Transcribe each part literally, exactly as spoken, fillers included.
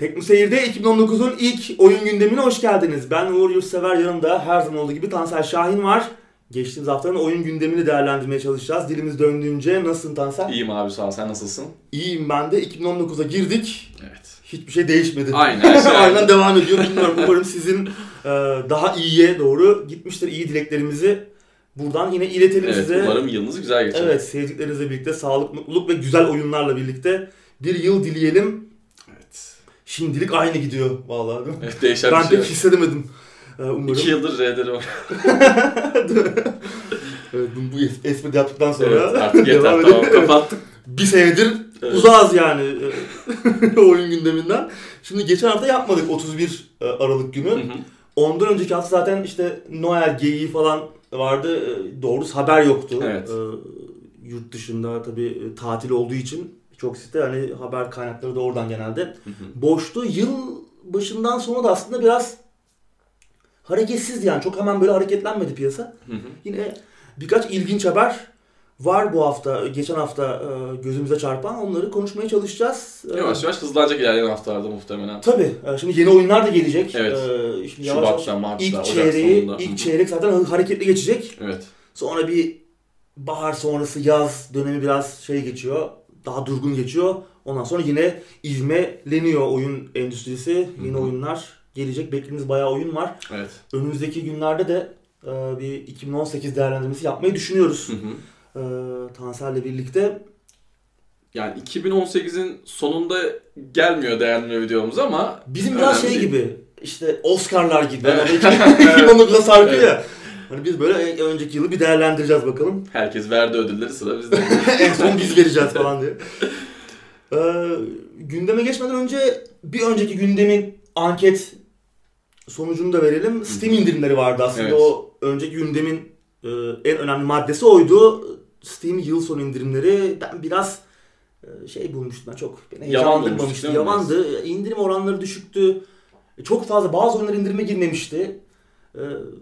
Teknoseyir'de iki bin on dokuzun ilk oyun gündemine hoş geldiniz. Ben Uğur Yurtsever, yanımda her zaman olduğu gibi Tansel Şahin var. Geçtiğimiz haftanın oyun gündemini değerlendirmeye çalışacağız. Dilimiz döndüğünce. Nasılsın Tansel? İyiyim abi, sağ ol. Sen nasılsın? İyiyim ben de. iki bin on dokuza girdik. Evet. Hiçbir şey değişmedi. Aynen. Aynen devam ediyor. Bilmiyorum, umarım sizin e, daha iyiye doğru gitmiştir. İyi dileklerimizi buradan yine iletelim evet, size. Evet, umarım yılınız güzel geçer. Evet, sevdiklerinizle birlikte sağlık, mutluluk ve güzel oyunlarla birlikte bir yıl dileyelim. Evet. Şimdilik aynı gidiyor vallahi, değil mi? Evet, değişen ben bir şey pek hissedemedim. Umarım. İki yıldır R D R var. Evet, bu, bu espri yaptıktan sonra evet, artık yeter, tamam, kapattık. Bir senedir evet. Uzağız yani oyun gündeminden. Şimdi geçen hafta yapmadık otuz bir Aralık günü. Hı hı. Ondan önceki hafta zaten işte Noel geyiği falan vardı. Doğrusu haber yoktu. Evet. Ee, yurt dışında tabii tatil olduğu için çok site hani haber kaynakları da oradan genelde hı hı. boştu. Yıl başından sonra da aslında biraz hareketsizdi yani. Çok hemen böyle hareketlenmedi piyasa. Hı hı. Yine birkaç ilginç haber var bu hafta, geçen hafta gözümüze çarpan. Onları konuşmaya çalışacağız. Yavaş yavaş hızlanacak ilerleyen haftalarda muhtemelen. Tabii. Şimdi yeni oyunlar da gelecek. Evet. Şimdi yavaş Şubat'ta, Mart'ta, ilk Ocak çeyreği, sonunda. ilk çeyrek zaten hareketli geçecek. Evet. Sonra bir bahar sonrası yaz dönemi biraz şey geçiyor. Daha durgun geçiyor. Ondan sonra yine ivmeleniyor oyun endüstrisi. Yeni Hı-hı. oyunlar gelecek. Beklediğimiz bayağı oyun var. Evet. Önümüzdeki günlerde de bir iki bin on sekiz değerlendirmesi yapmayı düşünüyoruz. Hı hı. Tansel'le birlikte. Yani iki bin on sekizin sonunda gelmiyor değerlendirme videomuz ama bizim biraz şey değil. gibi işte Oscar'lar gibi. Evet. iki bin on dokuza sarkıyor evet. ya. Hani biz böyle önceki yılı bir değerlendireceğiz bakalım. Herkes verdi ödülleri, sıra bizde. En son biz vereceğiz falan diye. Ee, gündeme geçmeden önce bir önceki gündemin anket sonucunu da verelim. Steam indirimleri vardı aslında. Evet. O önceki gündemin e, en önemli maddesi oydu. Steam yıl sonu indirimleri. Ben biraz e, şey bulmuştum. Ben çok beni heyecanlandırmamıştı. Yavandı. İndirim oranları düşüktü. Çok fazla bazı oyunlar indirime girmemişti. E,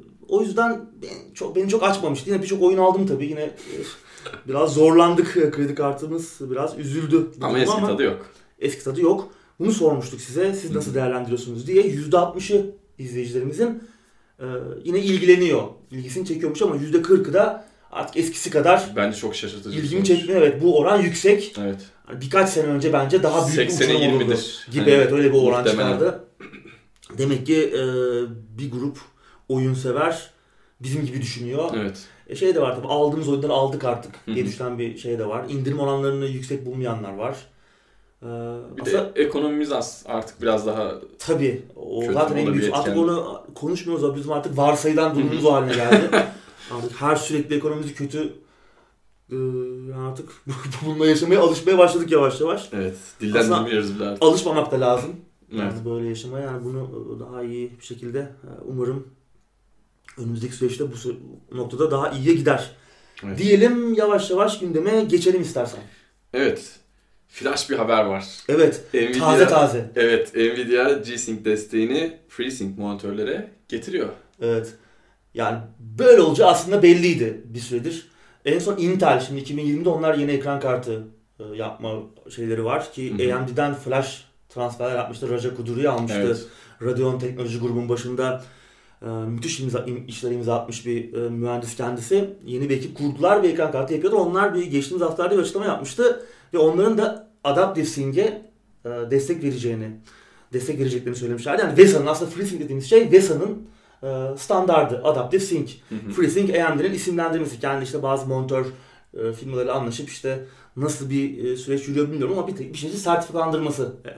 o yüzden beni çok, beni çok açmamıştı. Yine birçok oyun aldım tabii. Yine e, biraz zorlandık. Kredi kartımız biraz üzüldü. Ama eski ama tadı yok. Eski tadı yok. Bunu sormuştuk size. Siz nasıl değerlendiriyorsunuz diye. yüzde altmışı izleyicilerimizin e, yine ilgileniyor. İlgisini çekiyormuş ama yüzde kırkı da artık eskisi kadar bence çok şaşırtıcı. İlgimi çekmiyor. Evet, bu oran yüksek. Evet. Yani birkaç sene önce bence daha büyük bir uçurum olurdu gibi. Hani, evet, öyle bir oran çıkardı. Demek ki e, bir grup oyun sever bizim gibi düşünüyor. Evet. E, şey de var tabii, aldığımız oyunları aldık artık diye düşünen bir şey de var. İndirim oranlarını yüksek bulmayanlar var. Ee, bir aslında, de ekonomimiz artık biraz daha tabii o zaten en büyük. Artık onu konuşmuyoruz. Bizim artık varsayılan durumumuz haline geldi. Artık her sürekli ekonomimiz kötü. Ee, artık bununla yaşamaya alışmaya başladık yavaş yavaş. Evet. Dilden dinliyoruz bile artık. Alışmamak da lazım. Evet. Yani böyle yaşamaya, yani bunu daha iyi bir şekilde umarım önümüzdeki süreçte bu noktada daha iyiye gider. Evet. Diyelim, yavaş yavaş gündeme geçelim istersen. Evet. Flash bir haber var. Evet. Nvidia, taze taze. Evet. Nvidia G-Sync desteğini FreeSync monitörlere getiriyor. Evet. Yani böyle olacağı aslında belliydi bir süredir. En son Intel, şimdi iki bin yirmide onlar yeni ekran kartı yapma şeyleri var ki Hı-hı. A M D'den flash transferler yapmıştı. Raja Koduri'yi almıştı. Evet. Radeon Teknoloji grubunun başında e, müthiş imza, im, işler imza atmış bir e, mühendis kendisi. Yeni bir ekip kurdular ve ekran kartı yapıyordu. Onlar bir geçtiğimiz haftalarda bir açıklama yapmıştı. Ve onların da Adaptive Sync'e e, destek vereceğini, destek vereceklerini söylemişlerdi. Yani V E S A'nın, aslında FreeSync dediğimiz şey V E S A'nın e, standardı Adaptive Sync. Hı hı. FreeSync A M D'nin isimlendirmesi. Yani işte bazı monitör e, firmalarıyla anlaşıp işte nasıl bir e, süreç yürüyor bilmiyorum ama bir, bir şeyin sertifikalandırması e,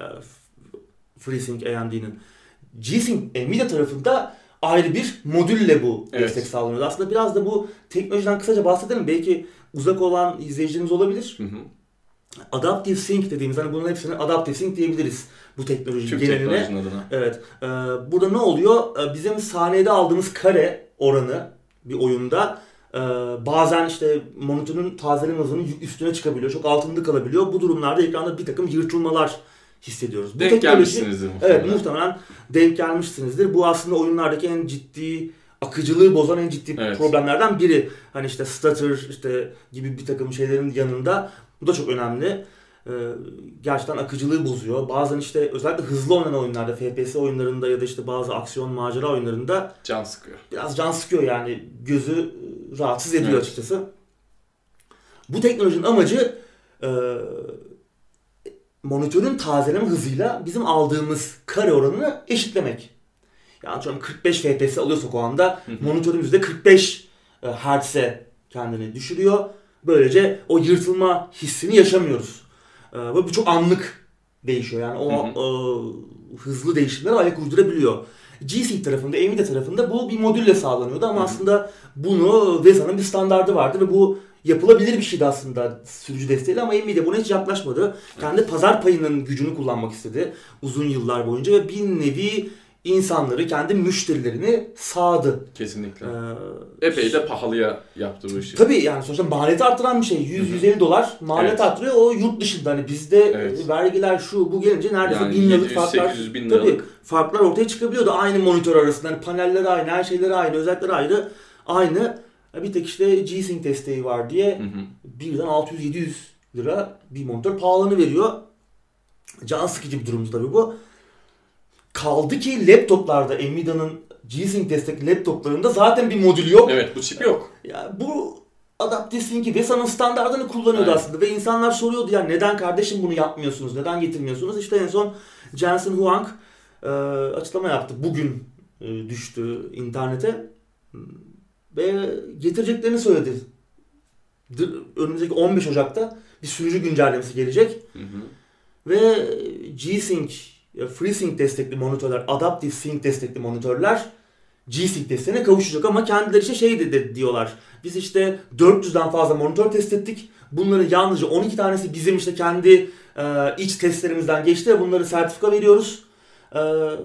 FreeSync A M D'nin. G-Sync Nvidia tarafında ayrı bir modülle bu evet. destek sağlanıyor. Aslında biraz da bu teknolojiden kısaca bahsedelim. Belki uzak olan izleyicilerimiz olabilir. Hı hı. Adaptive Sync dediğimiz, hani bunun hepsini Adaptive Sync diyebiliriz bu teknoloji Tüm geneline. Evet. E, burada ne oluyor? E, bizim saniyede aldığımız kare oranı bir oyunda e, bazen işte monitörün tazeleme hızının üstüne çıkabiliyor. Çok altında kalabiliyor. Bu durumlarda ekranda bir takım yırtılmalar hissediyoruz. Bu denk teknoloji, gelmişsinizdir muhtemelen. Evet, muhtemelen denk gelmişsinizdir. Bu aslında oyunlardaki en ciddi, akıcılığı bozan en ciddi evet. problemlerden biri. Hani işte stutter işte gibi bir takım şeylerin yanında bu da çok önemli. e, gerçekten akıcılığı bozuyor. Bazen işte özellikle hızlı oynanan oyunlarda, F P S oyunlarında ya da işte bazı aksiyon macera oyunlarında can sıkıyor. Biraz can sıkıyor yani gözü rahatsız ediyor evet. açıkçası. Bu teknolojinin amacı e, monitörün tazeleme hızıyla bizim aldığımız kare oranını eşitlemek. Yani kırk beş F P S alıyorsak o anda monitörümüzde kırk beş Hz'e kendini düşürüyor. Böylece o yırtılma hissini yaşamıyoruz. Ve bu çok anlık değişiyor. Yani o, o hızlı değişimlere ayak uydurabiliyor. G-Sync tarafında, Nvidia tarafında bu bir modülle sağlanıyordu ama hı hı. aslında bunu V E S A'nın bir standardı vardı ve bu yapılabilir bir şeydi aslında sürücü desteğiyle ama Nvidia buna hiç yaklaşmadı. Kendi pazar payının gücünü kullanmak istedi uzun yıllar boyunca ve bir nevi insanları, kendi müşterilerini sağdı. Kesinlikle. Ee, Epey de pahalıya yaptı bu işi. Tabii yani sonuçta maliyeti arttıran bir şey. yüz yüz elli dolar maliyet evet. arttırıyor. O yurt dışında hani bizde evet. vergiler şu bu gelince neredeyse yani bin liralık farklar. sekiz yüz bin liralık. Tabii farklar ortaya çıkabiliyordu. Aynı monitör arasında. Hani panelleri aynı, her şeyleri aynı, özellikleri ayrı. Aynı. Bir tek işte G-Sync desteği var diye hı hı. birden altı yüz yedi yüz lira bir monitör pahalılığını veriyor. Can sıkıcı bir durum tabii bu. Kaldı ki laptoplarda Nvidia'nın G-Sync destekli laptoplarında zaten bir modül yok. Evet, bu çip yok. Ya bu Adaptive Sync'i V E S A'nın standartını kullanıyordu evet. aslında ve insanlar soruyordu ya neden kardeşim bunu yapmıyorsunuz, neden getirmiyorsunuz? İşte en son Jensen Huang e, açıklama yaptı. Bugün e, düştü internete ve getireceklerini söyledi. Önümüzdeki on beş Ocak'ta bir sürücü güncellemesi gelecek. Hı hı. Ve G-Sync FreeSync destekli monitörler, Adaptive Sync destekli monitörler G-Sync desteğine kavuşacak ama kendileri işte şey dedi diyorlar. Biz işte dört yüzden fazla monitör test ettik. Bunların yalnızca on iki tanesi bizim işte kendi e, iç testlerimizden geçti ve bunları sertifika veriyoruz. E,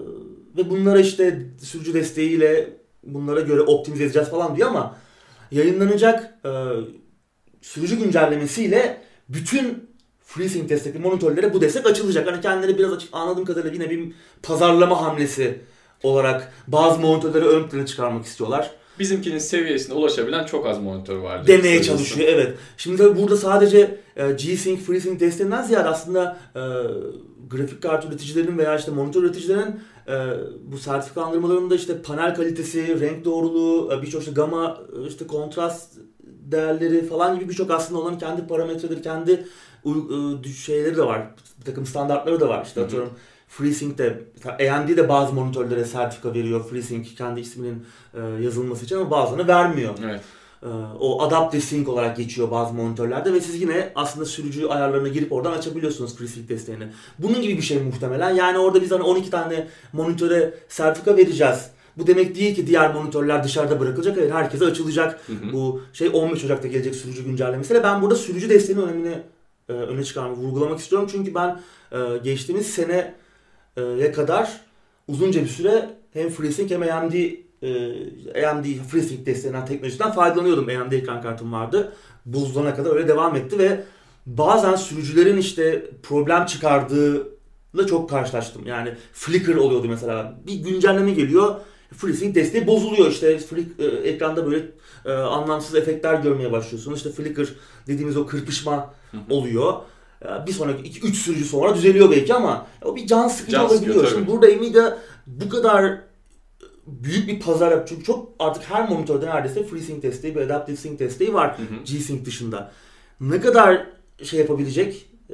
ve bunlara işte sürücü desteğiyle bunlara göre optimize edeceğiz falan diyor ama yayınlanacak e, sürücü güncellemesiyle bütün FreeSync destekli monitörlere bu destek açılacak. Hani kendileri biraz açık anladığım kadarıyla yine bir pazarlama hamlesi olarak bazı monitörleri ön plana çıkarmak istiyorlar. Bizimkinin seviyesine ulaşabilen çok az monitör var. Demeye çalışıyor evet. Şimdi tabii burada sadece e, G-Sync, FreeSync desteğinden ziyade aslında e, grafik kart üreticilerinin veya işte monitör üreticilerinin e, bu sertifikalandırmalarında işte panel kalitesi, renk doğruluğu, e, birçok işte gamma, işte kontrast değerleri falan gibi birçok aslında onların kendi parametreleri, kendi şeyleri de var. Bir takım standartları da var. İşte atıyorum FreeSync'te, A M D de bazı monitörlere sertifika veriyor FreeSync kendi isminin e, yazılması için ama bazılarını vermiyor. Evet. E, o Adaptive Sync olarak geçiyor bazı monitörlerde ve siz yine aslında sürücü ayarlarına girip oradan açabiliyorsunuz FreeSync desteğini. Bunun gibi bir şey muhtemelen. Yani orada biz hani on iki tane monitöre sertifika vereceğiz. Bu demek değil ki diğer monitörler dışarıda bırakılacak. Hayır, herkese açılacak. Hı hı. Bu şey on beş Ocak'ta gelecek sürücü güncellemesiyle. Ben burada sürücü desteğinin önemini e, öne çıkarmayı, vurgulamak istiyorum. Çünkü ben e, geçtiğimiz seneye kadar uzunca bir süre hem FreeSync hem A M D e, A M D FreeSync desteğinden teknolojiden faydalanıyordum. A M D ekran kartım vardı. Bozulana kadar öyle devam etti ve bazen sürücülerin işte problem çıkardığıyla çok karşılaştım. Yani flicker oluyordu mesela. Bir güncelleme geliyor. FreeSync desteği bozuluyor işte flick, e, ekranda böyle e, anlamsız efektler görmeye başlıyorsunuz. İşte flicker dediğimiz o kırpışma oluyor. E, bir sonraki iki üç sürücü sonra düzeliyor belki ama o bir can sıkıcı can olabiliyor. Şimdi burada Nvidia bu kadar büyük bir pazar yapıyor. Çünkü çok artık her monitörde neredeyse FreeSync desteği ve Adaptive Sync desteği var G-Sync dışında. Ne kadar şey yapabilecek, e,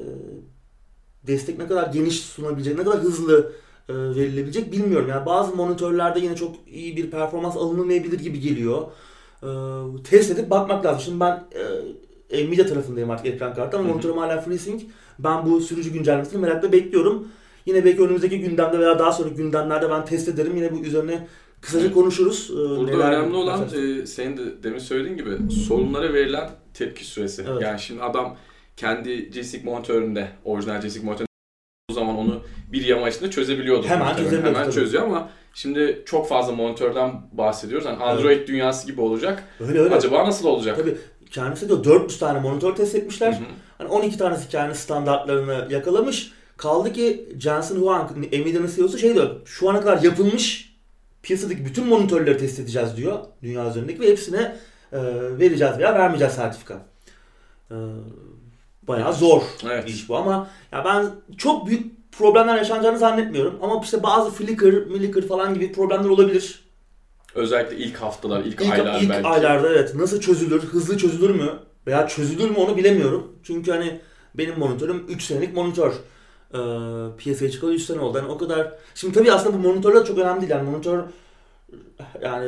destek ne kadar geniş sunabilecek, ne kadar hızlı e, verilebilecek bilmiyorum. Yani bazı monitörlerde yine çok iyi bir performans alınamayabilir gibi geliyor. E, test edip bakmak lazım. Şimdi ben e, Nvidia tarafındayım artık ekran kartı ama monitörüm hala FreeSync. Ben bu sürücü güncellemesini merakla bekliyorum. Yine belki önümüzdeki gündemde veya daha sonraki gündemlerde ben test ederim. Yine bu üzerine kısaca konuşuruz. Ee, Burada neler, önemli olan e, senin de demin söylediğin gibi sorunlara verilen tepki süresi. Evet. Yani şimdi adam kendi G-Sync monitöründe, orijinal G-Sync monitöründe o zaman onu bir yama içinde çözebiliyordu. Hemen çözebiliyor. Hemen çözüyor ama şimdi çok fazla monitörden bahsediyoruz. Yani Android evet. dünyası gibi olacak. Öyle öyle. Acaba nasıl olacak? Tabii kendisi diyor dört yüz tane monitör test etmişler. Hı hı. Hani on iki tanesi kendi standartlarını yakalamış. Kaldı ki Jensen Huang, Nvidia'nın C E O'su şey diyor, şu ana kadar yapılmış piyasadaki bütün monitörleri test edeceğiz diyor dünya üzerindeki ve hepsine e, vereceğiz veya vermeyeceğiz sertifika. E, bayağı zor evet. bir iş bu ama ya ben çok büyük problemler yaşanacağını zannetmiyorum. Ama işte bazı flicker, millicker falan gibi problemler olabilir. Özellikle ilk haftalar, ilk, ilk aylar ilk belki. İlk aylarda evet. Nasıl çözülür, hızlı çözülür mü? Veya çözülür mü onu bilemiyorum. Çünkü hani benim monitörüm üç senelik monitör. Ee, piyasaya çıkalı üç sene oldu. Yani o kadar... Şimdi tabii aslında bu monitörler çok önemli değil. Yani monitör yani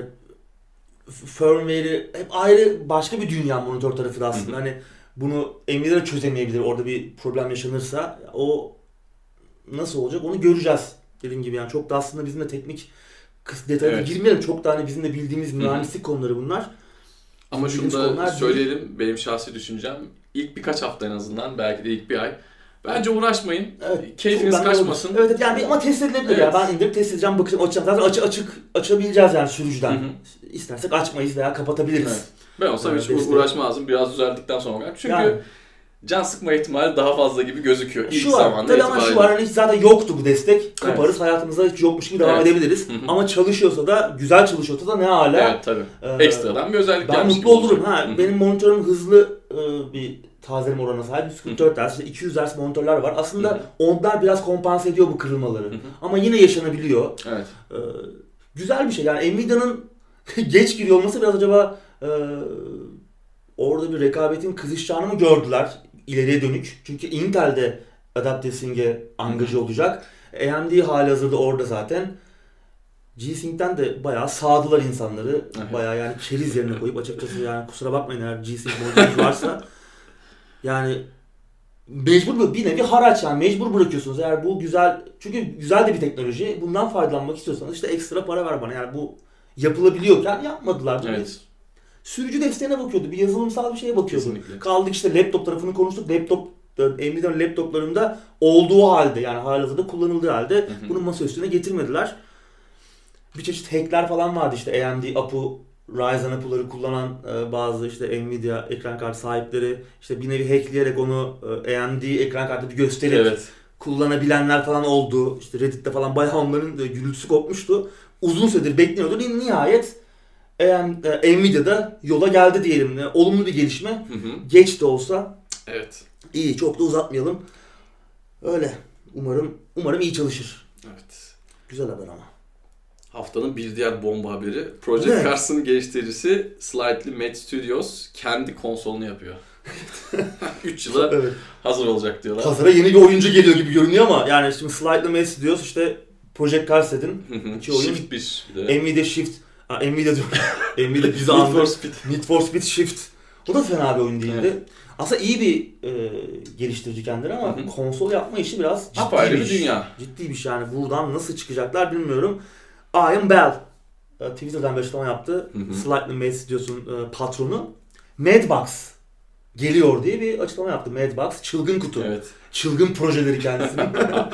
firmware'i hep ayrı başka bir dünya monitör tarafı da aslında. Hı hı. Hani bunu Nvidia çözemeyebilir orada bir problem yaşanırsa. O nasıl olacak onu göreceğiz. Dediğim gibi yani çok da aslında bizim de teknik detayına evet. girmeyelim. Çok da hani bizim de bildiğimiz mühendislik konuları bunlar. Ama şunu da söyleyelim, değil. Benim şahsi düşüncem ilk birkaç hafta en azından, belki de ilk bir ay. Bence uğraşmayın, evet, keyfiniz kaçmasın. Evet, evet yani ama test edilebilir evet. ya. Ben indirip test edeceğim, bakacağım, açacağım. Zaten açık açık açabileceğiz yani sürücüden. Hı hı. İstersek açmayız veya kapatabiliriz. Evet. Ben olsam yani hiç destek. uğraşmazdım biraz düzeldikten sonra. Çünkü yani. Can sıkma ihtimali daha fazla gibi gözüküyor ilk şu var, zamanda tabii ama şu var hani zaten yoktu bu destek. Kaparız, evet. hayatımızda hiç yokmuş gibi devam evet. edebiliriz. Hı hı. Ama çalışıyorsa da, güzel çalışıyorsa da ne hala. Evet tabii. Ee, Ekstradan bir özellik ben mutlu olurum. Ha, benim monitörüm hızlı e, bir tazeleme oranına sahip. yüz kırk dört hertz, iki yüz hertz monitörler var. Aslında hı-hı. onlar biraz kompanse ediyor bu kırılmaları. Hı-hı. Ama yine yaşanabiliyor. Evet. Ee, güzel bir şey. Yani Nvidia'nın geç giriyor olması biraz acaba e, orada bir rekabetin kızışacağını mı gördüler? İleriye dönük. Çünkü Intel de Adaptive Sync'e angaje olacak. A M D halihazırda orada zaten. G-Sync'ten de bayağı sağdılar insanları. Evet. Bayağı yani keriz yerine koyup açıkçası yani kusura bakmayın eğer G-Sync monitörünüz varsa. Yani mecbur bir nevi haraç yani mecbur bırakıyorsunuz. Eğer bu güzel, çünkü güzel de bir teknoloji. Bundan faydalanmak istiyorsanız işte ekstra para ver bana. Yani bu yapılabiliyorken yapmadılar. Evet. Sürücü desteğine bakıyordu. Bir yazılımsal bir şeye bakıyordu. Kesinlikle. Kaldık işte laptop tarafını konuştuk. Laptop, Nvidia'nın laptoplarında olduğu halde yani halihazırda kullanıldığı halde hı hı. bunu masa üstüne getirmediler. Bir çeşit hackler falan vardı işte A M D, A P U, Ryzen A P U'ları kullanan bazı işte Nvidia ekran kartı sahipleri işte bir nevi hackleyerek onu A M D ekran kartı bir gösterip evet. kullanabilenler falan oldu. İşte Reddit'te falan bayağı onların gürültüsü kopmuştu. Uzun süredir bekleniyordu. Nihayet Nvidia'da yola geldi diyelim. Olumlu bir gelişme. Hı hı. Geç de olsa. Evet. İyi, çok da uzatmayalım. Öyle. Umarım umarım iyi çalışır. Evet. Güzel haber ama. Haftanın bir diğer bomba haberi. Project evet. Cars'ın geliştiricisi Slightly Mad Studios kendi konsolunu yapıyor. üç yıla evet. hazır olacak diyorlar. Hazıra yeni bir oyuncu geliyor gibi görünüyor ama yani şimdi Slightly Mad Studios işte Project Cars dedin. İki oyun. Shift bir de. Nvidia Shift. Ha, Nvidia diyorum. Nvidia bizi Need for Speed. Need for Speed Shift. O da fena bir oyun değildi. Evet. Aslında iyi bir e, geliştirici kendileri ama Hı-hı. konsol yapma işi biraz ciddi Apayrı bir bir iş. dünya. Ciddi bir şey yani. Buradan nasıl çıkacaklar bilmiyorum. Ian Bell Twitter'dan bir açıklama yaptı. Hı-hı. Slightly Mad Studios'un e, patronu. Madbox geliyor diye bir açıklama yaptı. Madbox çılgın kutu. Evet. Çılgın projeleri kendisinin.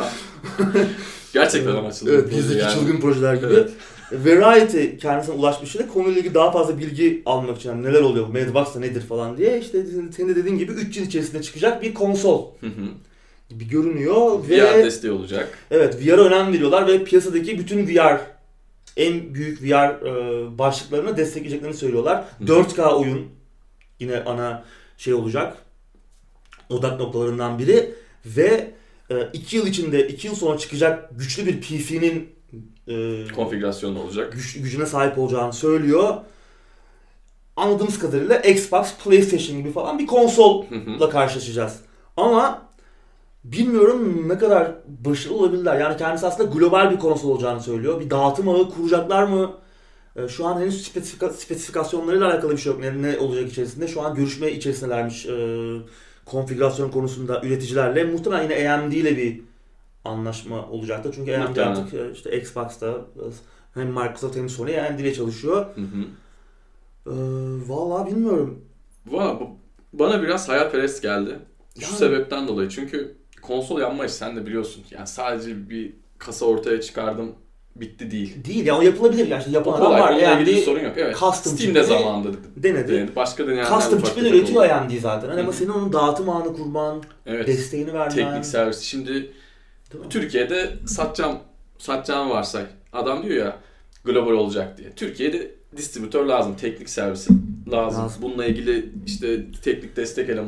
Gerçekten ama çılgın evet, bizdeki yani. Çılgın projeler gibi. Evet. Variety kendisine ulaşmış de konuyla ilgili daha fazla bilgi almak için yani neler oluyor, Madbox da nedir falan diye işte senin de dediğin gibi üç yıl içerisinde çıkacak bir konsol hı hı. gibi görünüyor. V R ve, desteği olacak. Evet, V R'a önem veriyorlar ve piyasadaki bütün V R, en büyük V R e, başlıklarını destekleyeceklerini söylüyorlar. Hı hı. dört K oyun yine ana şey olacak, odak noktalarından biri ve iki yıl içinde, iki yıl sonra çıkacak güçlü bir P C'nin e, konfigürasyonu olacak. Güç, gücüne sahip olacağını söylüyor. Anladığımız kadarıyla Xbox, PlayStation gibi falan bir konsolla karşılaşacağız. Ama bilmiyorum ne kadar başarılı olabilirler. Yani kendisi aslında global bir konsol olacağını söylüyor. Bir dağıtım ağı kuracaklar mı? E, şu an henüz spesifika, spesifikasyonlarıyla alakalı bir şey yok. Ne, ne olacak içerisinde? Şu an görüşme içerisindelermiş. E, konfigürasyon konusunda üreticilerle. Muhtemelen yine A M D ile bir anlaşma olacaktır. Çünkü A M D artık işte Xbox'ta hem Microsoft hem Sony A M D ile çalışıyor. Hı hı. Ee, vallahi bilmiyorum. Valla bana biraz hayalperest geldi. Şu yani. Sebepten dolayı. Çünkü konsol yapma işi sen de biliyorsun. Yani sadece bir kasa ortaya çıkardım bitti değil. Değil ya, o yapılabilir yani. İşte yapan adam var. Onunla ilgili bir sorun yok. Evet. Steam'de zamanında denedi. denedi. Başka deneyenler custom chip'ini üretiyor A M D zaten. Hani ama senin onun dağıtım ağını kurman, evet. desteğini vermen. Teknik servis. Şimdi Türkiye'de satacağım, satacağım varsay. Adam diyor ya global olacak diye. Türkiye'de distribütör lazım, teknik servisi lazım. lazım. Bununla ilgili işte teknik destek elemanı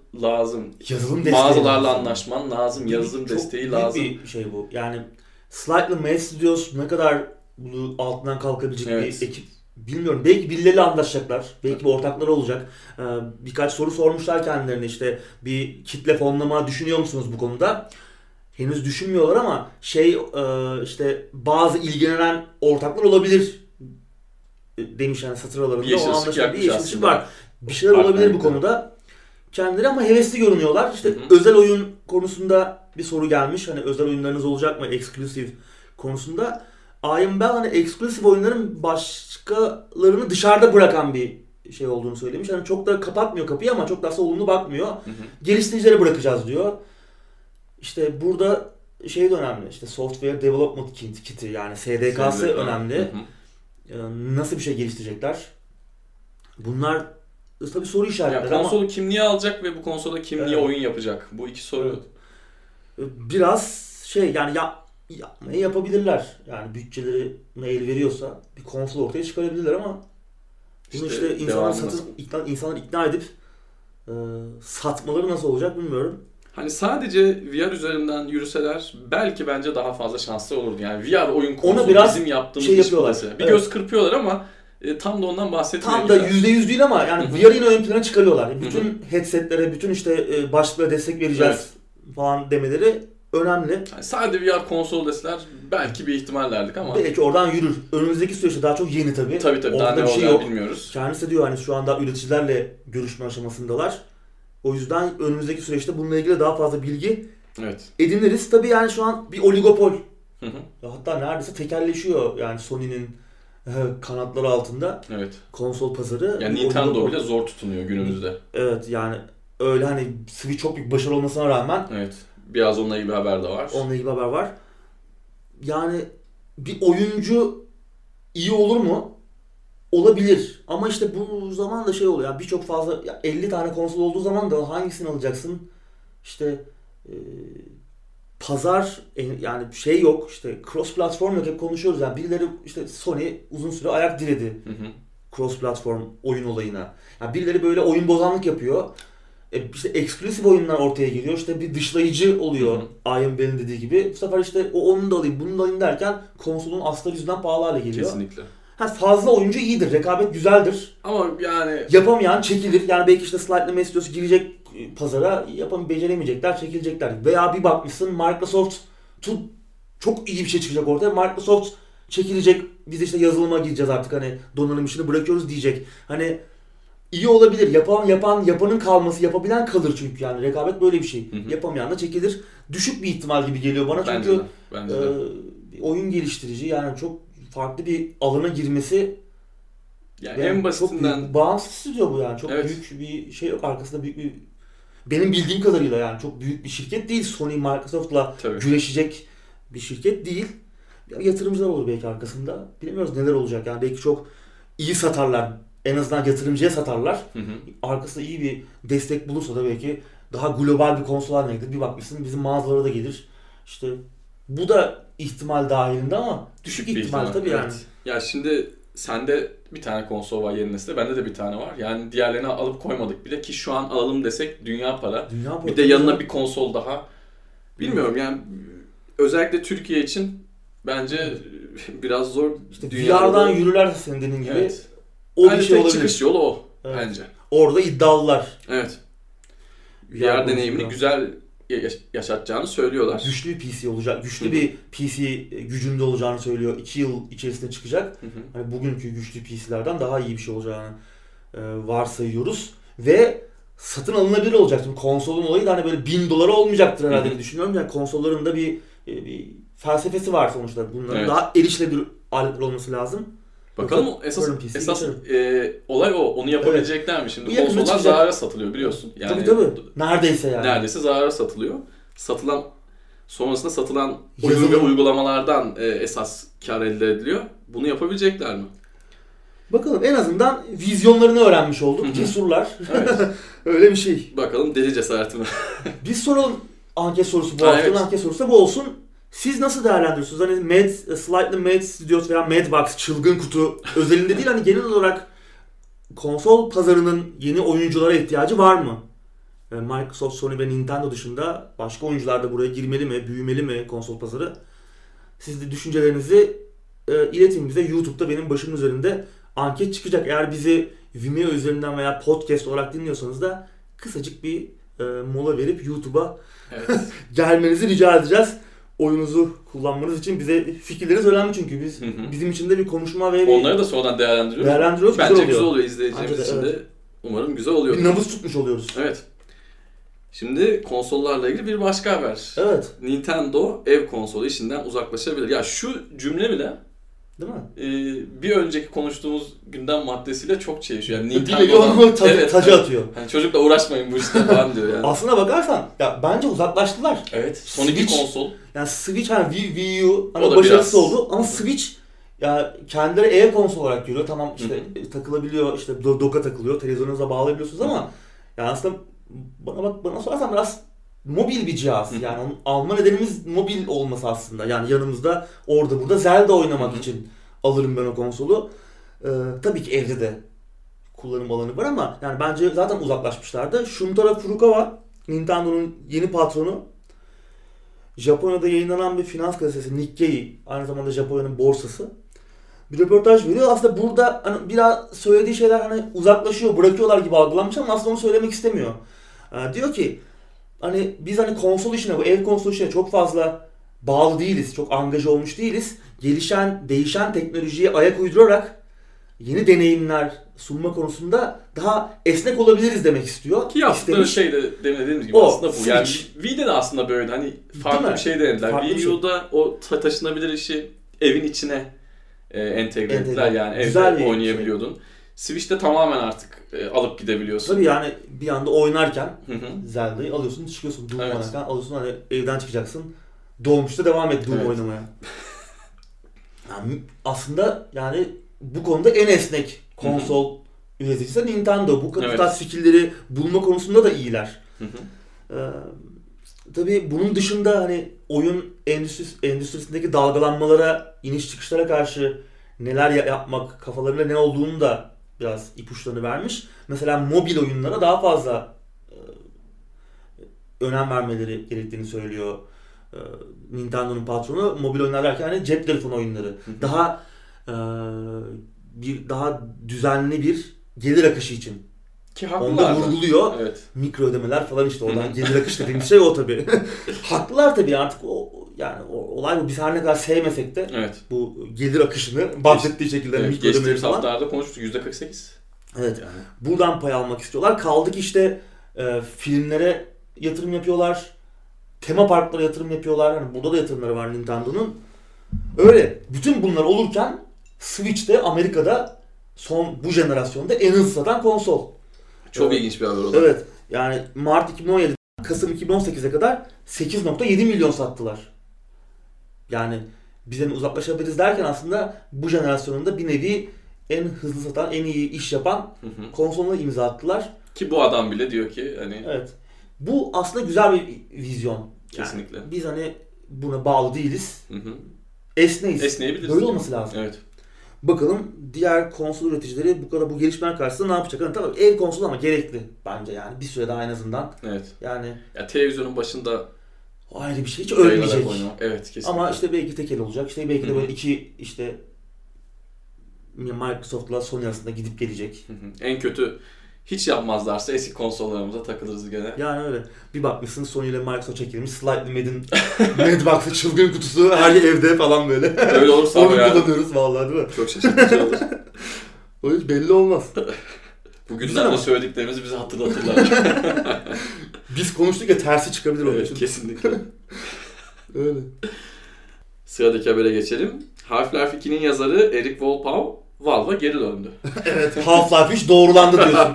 lazım. Yazılım desteği Mağazalarla lazım. anlaşman lazım. Yazılım çok desteği lazım. Çok bir şey bu. Yani Slightly Mad Studios ne kadar bunu altından kalkabilecek evet. bir ekip bilmiyorum. Belki birileriyle anlaşacaklar. Belki bir ortakları olacak. Ee, birkaç soru sormuşlar kendilerine, işte bir kitle fonlama düşünüyor musunuz bu konuda? Henüz düşünmüyorlar ama şey işte bazı ilgilenen ortaklar olabilir demiş yani satır aralarında. Bir yeşil ışık yakmış bir aslında. var. Bir şeyler olabilir bu konuda. Kendileri ama hevesli görünüyorlar. İşte hı hı. özel oyun konusunda bir soru gelmiş. Hani özel oyunlarınız olacak mı? Exclusive konusunda. Iron Bell hani exclusive oyunların başkalarını dışarıda bırakan bir şey olduğunu söylemiş. Hani çok da kapatmıyor kapıyı ama çok da aslında olumlu bakmıyor. Hı hı. Geliştiricilere bırakacağız diyor. İşte burada şey de önemli. İşte Software Development Kit'i yani S D K'sı S D K önemli. Hı hı. Nasıl bir şey geliştirecekler? Bunlar tabii soru işaretleri yani konsolu ama... kim niye alacak ve bu konsola kim evet. niye oyun yapacak? Bu iki soru. Biraz şey yani ya, yapmayı yapabilirler. Yani bütçeleri el veriyorsa bir konsol ortaya çıkarabilirler ama bunu işte, işte insanlar satın, ikna, insanları ikna edip e, satmaları nasıl olacak bilmiyorum. Hani sadece V R üzerinden yürüseler belki bence daha fazla şanslı olurdu. Yani V R oyun konsolu bizim yaptığımız şey iş burası. Bir evet. göz kırpıyorlar ama e, tam da ondan bahsetmiyor. Tam da yüzde yüz değil ama yani V R'ı yine ön plana çıkarıyorlar. Yani bütün Hı-hı. headsetlere, bütün işte e, başlıklara destek vereceğiz evet. falan demeleri önemli. Yani sadece V R konsol deseler belki bir ihtimal verdik ama. Belki oradan yürür. Önümüzdeki süreçte daha çok yeni tabii. Tabii tabii. Daha ne bir şey yok bilmiyoruz. Kendisi de diyor hani şu anda üreticilerle görüşme aşamasındalar. O yüzden önümüzdeki süreçte bununla ilgili daha fazla bilgi evet. ediniriz. Tabii yani şu an bir oligopol. Hı hı. Hatta neredeyse tekelleşiyor yani Sony'nin kanatları altında. Evet. Konsol pazarı. Yani Nintendo oligopol. Bile zor tutunuyor günümüzde. Evet yani öyle hani Switch çok büyük başarılı olmasına rağmen. Evet. Biraz onunla ilgili haber de var. Onunla ilgili haber var. Yani bir oyuncu iyi olur mu? Olabilir. Ama işte bu zaman da şey oluyor. Yani birçok fazla ya elli tane konsol olduğu zaman da hangisini alacaksın? İşte e, pazar yani şey yok. İşte cross platform yok. Hep konuşuyoruz. Yani birileri işte Sony uzun süre ayak diredi. Hı hı. Cross platform oyun olayına. Yani birileri böyle oyun bozanlık yapıyor. E işte exclusive oyunlar ortaya geliyor. İşte bir dışlayıcı oluyor. Iron Bell'in dediği gibi. Bu sefer işte o onu da alayım, bunu da alayım derken konsolun astarı yüzünden pahalı hale geliyor. Kesinlikle. Ha, fazla oyuncu iyidir, rekabet güzeldir. Ama yani... Yapamayan çekilir. Yani belki işte Slightly Mad Studios girecek pazara, yapam beceremeyecekler, çekilecekler. Veya bir bakmışsın Microsoft çok iyi bir şey çıkacak ortaya. Microsoft çekilecek, biz işte yazılıma gireceğiz artık hani donanım işini bırakıyoruz diyecek. Hani iyi olabilir. Yapan yapan yapanın kalması, yapabilen kalır çünkü yani rekabet böyle bir şey. Hı hı. Yapamayan da çekilir. Düşük bir ihtimal gibi geliyor bana çünkü bence de, bence de. E, oyun geliştirici yani çok farklı bir alana girmesi yani en basitinden çok büyük, bağımsız stüdyo bu yani çok evet. büyük bir şey yok arkasında büyük bir benim bildiğim kadarıyla yani çok büyük bir şirket değil. Sony Microsoft'la Tabii. güreşecek bir şirket değil. Yatırımcılar olur belki arkasında. Bilmiyoruz neler olacak yani belki çok iyi satarlar. En azından yatırımcıya satarlar. Hı hı. Arkasında iyi bir destek bulursa da belki daha global bir konsol haline gelir. Bir bakmışsın bizim mağazalara da gelir. İşte bu da ihtimal dahilinde ama düşük bir ihtimal, ihtimal tabii evet. yani. Ya şimdi sende bir tane konsol var yeni nesilde, bende de bir tane var. Yani diğerlerini alıp koymadık bile ki şu an alalım desek dünya para. Dünya para bir de yanına ya. bir konsol daha. Bilmiyorum hmm. yani özellikle Türkiye için bence biraz zor. İşte V R'dan yürürler senin dediğin gibi. Evet. O bence bir şey tek olabilir. Çıkış yolu o evet. bence. Orada iddialılar. Evet. V R, V R deneyimini da. güzel yaşatacağını söylüyorlar. Güçlü bir P C olacak, güçlü Hı-hı. bir P C gücünde olacağını söylüyor. iki yıl içerisinde çıkacak. Hı-hı. Hani bugünkü güçlü P C'lerden daha iyi bir şey olacağını e, varsayıyoruz. Ve satın alınabilir olacak. Şimdi konsolun olayı da hani böyle bin dolara olmayacaktır herhalde diye düşünüyorum. Yani konsolların da bir, bir felsefesi var sonuçta. Bunların evet. daha erişilebilir aletler olması lazım. Bakalım Yoksa, esas, esas e, olay o. Onu yapabilecekler evet. mi? Şimdi bu konsollar zarara satılıyor biliyorsun. Yani, tabii tabii. Neredeyse yani. Neredeyse zarara satılıyor. Satılan sonrasında satılan oyun ve uygulamalardan e, esas kar elde ediliyor. Bunu yapabilecekler mi? Bakalım en azından vizyonlarını öğrenmiş olduk. Cesurlar. Evet. Öyle bir şey. Bakalım deli cesaretini. Biz soralım anket sorusu bu ha, haftanın evet. anket sorusu da bu olsun. Siz nasıl değerlendiriyorsunuz? Hani Mad, Slightly Mad Studios veya Madbox, çılgın kutu özelinde değil hani genel olarak konsol pazarının yeni oyunculara ihtiyacı var mı? Microsoft, Sony ve Nintendo dışında başka oyuncular da buraya girmeli mi, büyümeli mi konsol pazarı? Siz de düşüncelerinizi e, iletin bize. YouTube'da benim başımın üzerinde anket çıkacak. Eğer bizi Vimeo üzerinden veya podcast olarak dinliyorsanız da kısacık bir e, mola verip YouTube'a evet. gelmenizi rica edeceğiz. Oyununuzu kullanmanız için bize fikirleriniz önemli çünkü biz hı hı. bizim için de bir konuşma ve bir onları da sonradan değerlendiriyoruz. Değerlendiriyoruz. Bence güzel oluyor, güzel oluyor izleyicilerimiz için de. Evet. Umarım güzel oluyor. Bir nabız tutmuş oluyoruz. Evet. Şimdi konsollarla ilgili bir başka haber. Evet. Nintendo ev konsolu işinden uzaklaşabilir. Ya şu cümle bile değil mi? E, bir önceki konuştuğumuz gündem maddesiyle çok çelişiyor. Yani Nintendo'dan tacı, evet, tacı atıyor. Hani çocukla uğraşmayın bu işte falan diyor yani. Aslına bakarsan ya bence uzaklaştılar. Evet. Son iki konsol. Yani Switch hani Wii, Wii U hani başarısız biraz oldu ama Switch ya kendileri ev konsol olarak görüyor. Tamam işte Hı-hı. takılabiliyor, işte doka takılıyor, televizyonunuza bağlayabiliyorsunuz ama yani aslında bana bak bana sorarsan biraz mobil bir cihaz. Hı-hı. Yani onun alma nedenimiz mobil olması aslında. Yani yanımızda orada burada Zelda oynamak Hı-hı. için alırım ben o konsolu. Ee, tabii ki evde de kullanım alanı var ama yani bence zaten uzaklaşmışlardı. Shuntaro Furukawa, Nintendo'nun yeni patronu. Japonya'da yayınlanan bir finans gazetesi Nikkei, aynı zamanda Japonya'nın borsası, bir röportaj veriyor. Aslında burada hani biraz söylediği şeyler hani uzaklaşıyor, bırakıyorlar gibi algılanmış ama aslında onu söylemek istemiyor. Ee, diyor ki hani biz hani konsol işine, bu ev konsol işine çok fazla bağlı değiliz, çok angaja olmuş değiliz. Gelişen, değişen teknolojiye ayak uydurarak yeni deneyimler sunma konusunda daha esnek olabiliriz demek istiyor. Ki yaptıkları şey de demin dediğimiz gibi o, aslında bu. Switch. Yani Wii'de de aslında böyle hani farklı bir şey denediler. Wii U'da şey. O taşınabilir işi evin içine e, entegre ettiler. Yani Güzel evde oynayabiliyordun. Şey. Switch'te tamamen artık e, alıp gidebiliyorsun. Tabii yani bir anda oynarken Zelda'yı alıyorsun, çıkıyorsun. Doom evet. oynarken alıyorsun, hani evden çıkacaksın. Dolmuşta devam et Doom evet. oynamaya. Yani aslında yani bu konuda en esnek konsol Hı-hı. üreticisi de Nintendo. Bu kadar evet. fikirleri bulma konusunda da iyiler. Ee, tabii bunun dışında hani oyun endüstrisi, endüstrisindeki dalgalanmalara, iniş çıkışlara karşı neler yapmak, kafalarında ne olduğunu da biraz ipuçlarını vermiş. Mesela mobil oyunlara daha fazla e, önem vermeleri gerektiğini söylüyor. E, Nintendo'nun patronu mobil oyunlar derken hani cep telefonu oyunları. Hı-hı. Daha e, bir daha düzenli bir gelir akışı için. Ki haklılar. Onu da vurguluyor. Evet. Mikro ödemeler falan işte oradan gelir akışı dediğimiz şey o tabii. Haklılar tabii artık o yani o, olay bu. Biz her ne kadar sevmesek de evet. bu gelir akışını bahsettiği şekilde evet, mikro ödemeleri falan. Geçtiğimiz haftalarda konuştuk yüzde kırk sekiz. Evet. Yani. Buradan pay almak istiyorlar. Kaldı ki işte e, filmlere yatırım yapıyorlar. Tema parklara yatırım yapıyorlar. Yani burada da yatırımları var Nintendo'nun. Öyle. Bütün bunlar olurken Switch'te Amerika'da son bu jenerasyonda en hızlı satan konsol. Çok evet. ilginç bir haber oldu. Evet. Yani Mart iki bin on yedi, Kasım iki bin on sekize kadar sekiz nokta yedi milyon sattılar. Yani bizden uzaklaşabiliriz derken aslında bu jenerasyonunda bir nevi en hızlı satan, en iyi iş yapan hı hı. konsoluna imza attılar. Ki bu adam bile diyor ki hani... Evet. Bu aslında güzel bir vizyon. Kesinlikle. Yani biz hani buna bağlı değiliz. Hı hı. Esneyiz. Esneyebiliriz. Böyle olması lazım. Evet. Bakalım diğer konsol üreticileri bu kadar bu gelişmeler karşısında ne yapacak? Yani tabii ev konsolu ama gerekli bence yani bir süre daha en azından. Evet. Yani ya televizyonun başında ayrı bir şey hiç ölmeyecek. Evet kesinlikle. Ama işte belki tekel olacak. İşte belki de böyle iki işte Microsoft'la Sony arasında gidip gelecek. Hı-hı. En kötü hiç yapmazlarsa eski konsollarımıza takılırız gene. Yani öyle. Bir bakmışsın Sony ile Microsoft çekilmiş Slightly Mad'in Madbox'ı çılgın kutusu her evde falan böyle. Öyle olursa onu yani. Kullanıyoruz vallahi değil mi? Çok şaşırtıcı olur. O hiç belli olmaz. Bugünlerde söylediklerimizi bize hatırlatırlar. Biz konuştuk ya tersi çıkabilir onun evet, için. Kesinlikle. Öyle. Sıradaki habere geçelim. Half-Life ikinin yazarı Eric Volpau Valve'a geri döndü. Evet, Half-Life üç doğrulandı diyorsun.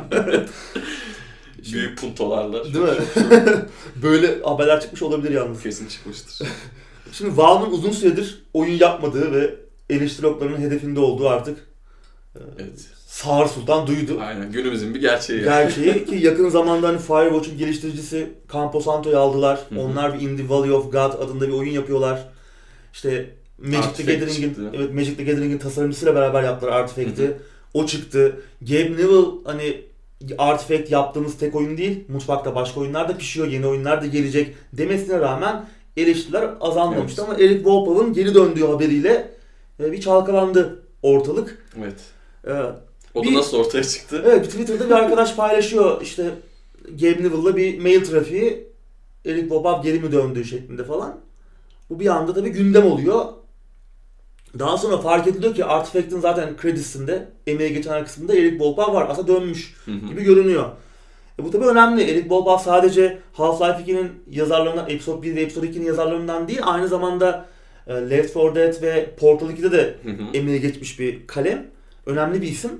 Büyük puntolarla. Değil mi? Böyle haberler çıkmış olabilir yalnız. Kesin çıkmıştır. Şimdi Valve'ın uzun süredir oyun yapmadığı ve eleştiri oklarının hedefinde olduğu artık evet. Sağır Sultan duydu. Aynen, günümüzün bir gerçeği. Gerçeği ki yakın zamanda hani Firewatch'un geliştiricisi Campo Santo'yu aldılar. Hı-hı. Onlar bir In the Valley of God adında bir oyun yapıyorlar. İşte Magic the Gathering'in evet Magic the Gathering'in tasarımcısıyla beraber yaptılar Artifact'i. O çıktı. Gabe Newell hani Artifact yaptığımız tek oyun değil, mutfakta başka oyunlar da pişiyor, yeni oyunlar da gelecek demesine rağmen eleştiriler azalmamıştı. Evet. Ama Eric Wolpaw'ın geri döndüğü haberiyle bir çalkalandı ortalık. Evet. Ee, o da bir, nasıl ortaya çıktı? Evet, Twitter'da bir arkadaş paylaşıyor işte Gabe Newell'la bir mail trafiği, Eric Wolpaw geri mi döndüğü şeklinde falan. Bu bir anda tabii gündem oluyor. Daha sonra fark ediliyor ki Artifact'in zaten kredisinde, emeği geçen kısmında Eric Wolpaw var. Aslında dönmüş hı hı. gibi görünüyor. E bu tabii önemli. Eric Wolpaw sadece Half-Life ikinin yazarlarından, Episode bir ve Episode ikinin yazarlarından değil, aynı zamanda Left four Dead ve Portal ikide de hı hı. emeği geçmiş bir kalem. Önemli bir isim.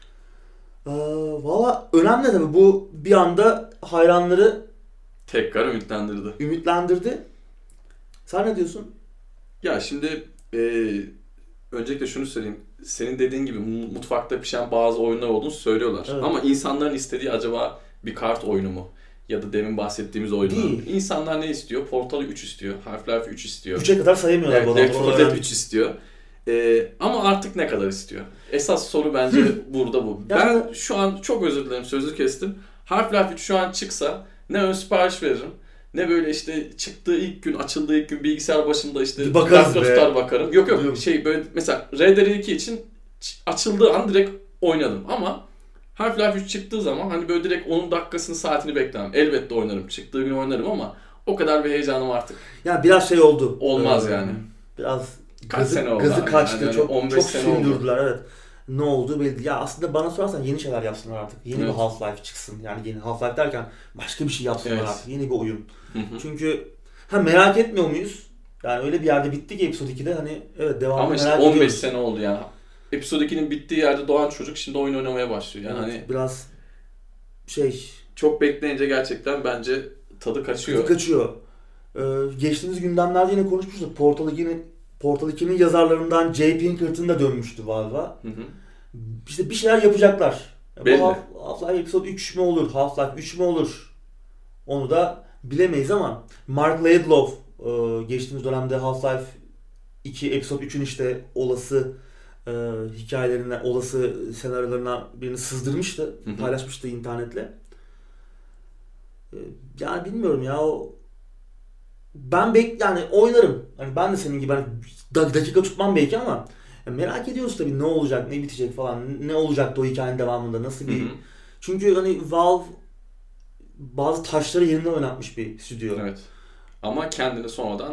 Ee, Valla önemli tabii. Bu bir anda hayranları tekrar ümitlendirdi. Ümitlendirdi. Sen ne diyorsun? Ya şimdi e, öncelikle şunu söyleyeyim. Senin dediğin gibi mutfakta pişen bazı oyunlar olduğunu söylüyorlar. Evet. Ama insanların istediği acaba bir kart oyunu mu? Ya da demin bahsettiğimiz oyunlar mı? İnsanlar ne istiyor? Portal üç istiyor. Half-Life üç istiyor. üçe kadar sayamıyorlar. Evet, Left four Dead üç istiyor. Ee, ama artık ne kadar istiyor? Esas soru bence burada bu. Ben şu an çok özür dilerim, sözü kestim. Half-Life üç şu an çıksa ne ön sipariş veririm, ne böyle işte çıktığı ilk gün, açıldığı ilk gün bilgisayar başında işte bakarız dakika tutar bakarım. Yok yok, yok şey böyle mesela Red Dead iki için açıldığı an direkt oynadım ama Half-Life üç çıktığı zaman hani böyle direkt onun dakikasını saatini beklemem. Elbette oynarım. Çıktığı gün oynarım ama o kadar bir heyecanım artık. Ya biraz şey oldu. Olmaz ee, yani. Biraz kaç gazı, sene oldu. Gazı kaçtı. Yani çok on beş çok sene sündürdüler oldu. Evet. Ne oldu belli. Ya aslında bana sorarsan yeni şeyler yapsınlar artık. Yeni evet. bir Half-Life çıksın. Yani yeni Half-Life derken başka bir şey yapsınlar evet. artık. Yeni bir oyun. Hı hı. Çünkü ha merak etmiyor muyuz? Yani öyle bir yerde bitti ki Episode ikide hani evet devamını ama işte merak on beş ediyoruz. sene oldu yani. Episode ikinin bittiği yerde doğan çocuk şimdi oyun oynamaya başlıyor. Yani evet, hani biraz şey çok bekleyince gerçekten bence tadı kaçıyor. Tadı kaçıyor. Ee, geçtiğimiz gündemlerde yine konuşmuştuk. Portal ikinin Portal ikinin yazarlarından Jay Pinkerton da dönmüştü Valve'a. İşte bir şeyler yapacaklar. Belli. Bu Half-Life Episode üç mü olur? Half-Life üç mü olur? Onu da bilemeyiz ama Mark Laidlaw geçtiğimiz dönemde Half-Life iki Episode üçün işte olası e, hikayelerinden, olası senaryolarından birini sızdırmıştı. Hı hı. Paylaşmıştı internetle. Yani bilmiyorum ya o ben bek yani oynarım. Hani ben de senin gibi hani dakika tutmam belki ama merak ediyoruz tabii ne olacak, ne bitecek falan. Ne olacaktı o hikayenin devamında? Nasıl bir... Hı hı. Çünkü hani Valve bazı taşları yerinden oynatmış bir stüdyo. Evet. Ama kendini sonradan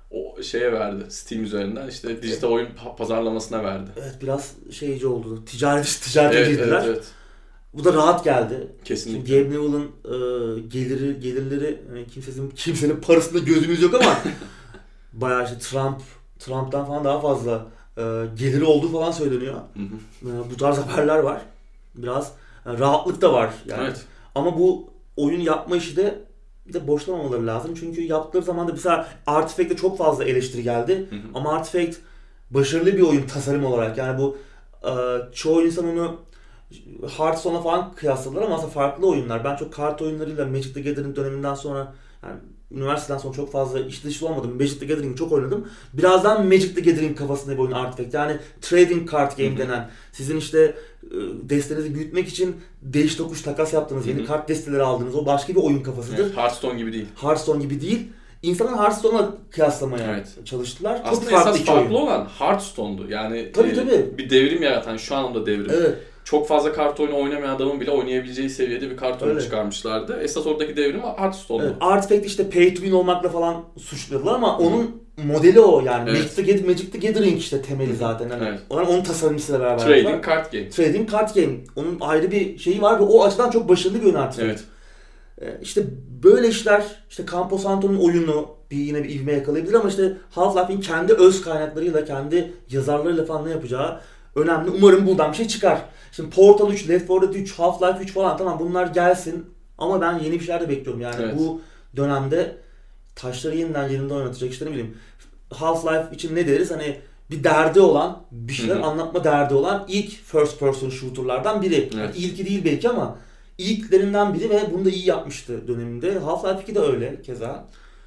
o şeye verdi. Steam üzerinden işte dijital oyun pazarlamasına verdi. Evet biraz şeyci oldu. Ticaret ticarete evet, girdiler. Evet, evet. Bu da rahat geldi. Kesinlikle. Gabe Newell'ın e, geliri gelirleri yani kimsenin kimsenin parasında gözümüz yok ama bayağı işte Trump Trump'tan falan daha fazla e, geliri olduğu falan söyleniyor. Hı hı. E, bu tarz haberler var. Biraz yani rahatlık da var yani. Evet. Ama bu oyun yapma işi de bir de boşlamamaları lazım. Çünkü yaptıkları zaman da mesela Artifact'te çok fazla eleştiri geldi. Hı hı. Ama Artifact başarılı bir oyun tasarım olarak. Yani bu e, çoğu insan onu Hearthstone'a falan kıyasladılar ama aslında farklı oyunlar. Ben çok kart oyunlarıyla Magic the Gathering döneminden sonra yani üniversiteden sonra çok fazla iş dışı olmadım. Magic the Gathering'i çok oynadım. Birazdan Magic the Gathering kafasında bir oyun Artifact. Yani trading card game denen. Sizin işte destenizi büyütmek için değiş tokuş takas yaptığınız, yeni kart desteleri aldığınız o başka bir oyun kafasıdır. Evet, Hearthstone gibi değil. Hearthstone gibi değil. İnsanlar Hearthstone'la kıyaslamaya evet. çalıştılar. Aslında çok farklı esas farklı oyun. Olan Hearthstone'du. Yani tabii, e, tabii. bir devrim yaratan, şu anlamda devrim. Evet. Çok fazla kart oyunu oynamayan adamın bile oynayabileceği seviyede bir kart oyunu çıkarmışlardı. Esas oradaki devrim Hearthstone'du. Evet, Artifact işte pay to win olmakla falan suçladılar ama onun modeli o yani. Evet. Magic, the, Magic the Gathering işte temeli zaten. Yani evet. Onun tasarımcısıyla beraber. Trading card game. Trading card game. Onun ayrı bir şeyi var ve o açıdan çok başarılı bir oyun Artifact. Evet. Ee, işte böyle işler, işte Campo Santo'nun oyunu bir yine bir ivme yakalayabilir ama işte Half-Life'in kendi öz kaynaklarıyla, kendi yazarlarıyla falan ne yapacağı önemli. Umarım buradan bir şey çıkar. Şimdi Portal üç, Left four Dead üç, Half-Life üç falan tamam bunlar gelsin ama ben yeni bir şeyler de bekliyorum yani evet. Bu dönemde taşları yeniden yerinde oynatacak işte ne bileyim Half-Life için ne deriz hani bir derdi olan, bir şeyler Hı-hı. anlatma derdi olan ilk first person shooter'lardan biri. Evet. Yani ilki değil belki ama ilklerinden biri ve bunu da iyi yapmıştı döneminde. Half-Life iki de öyle keza.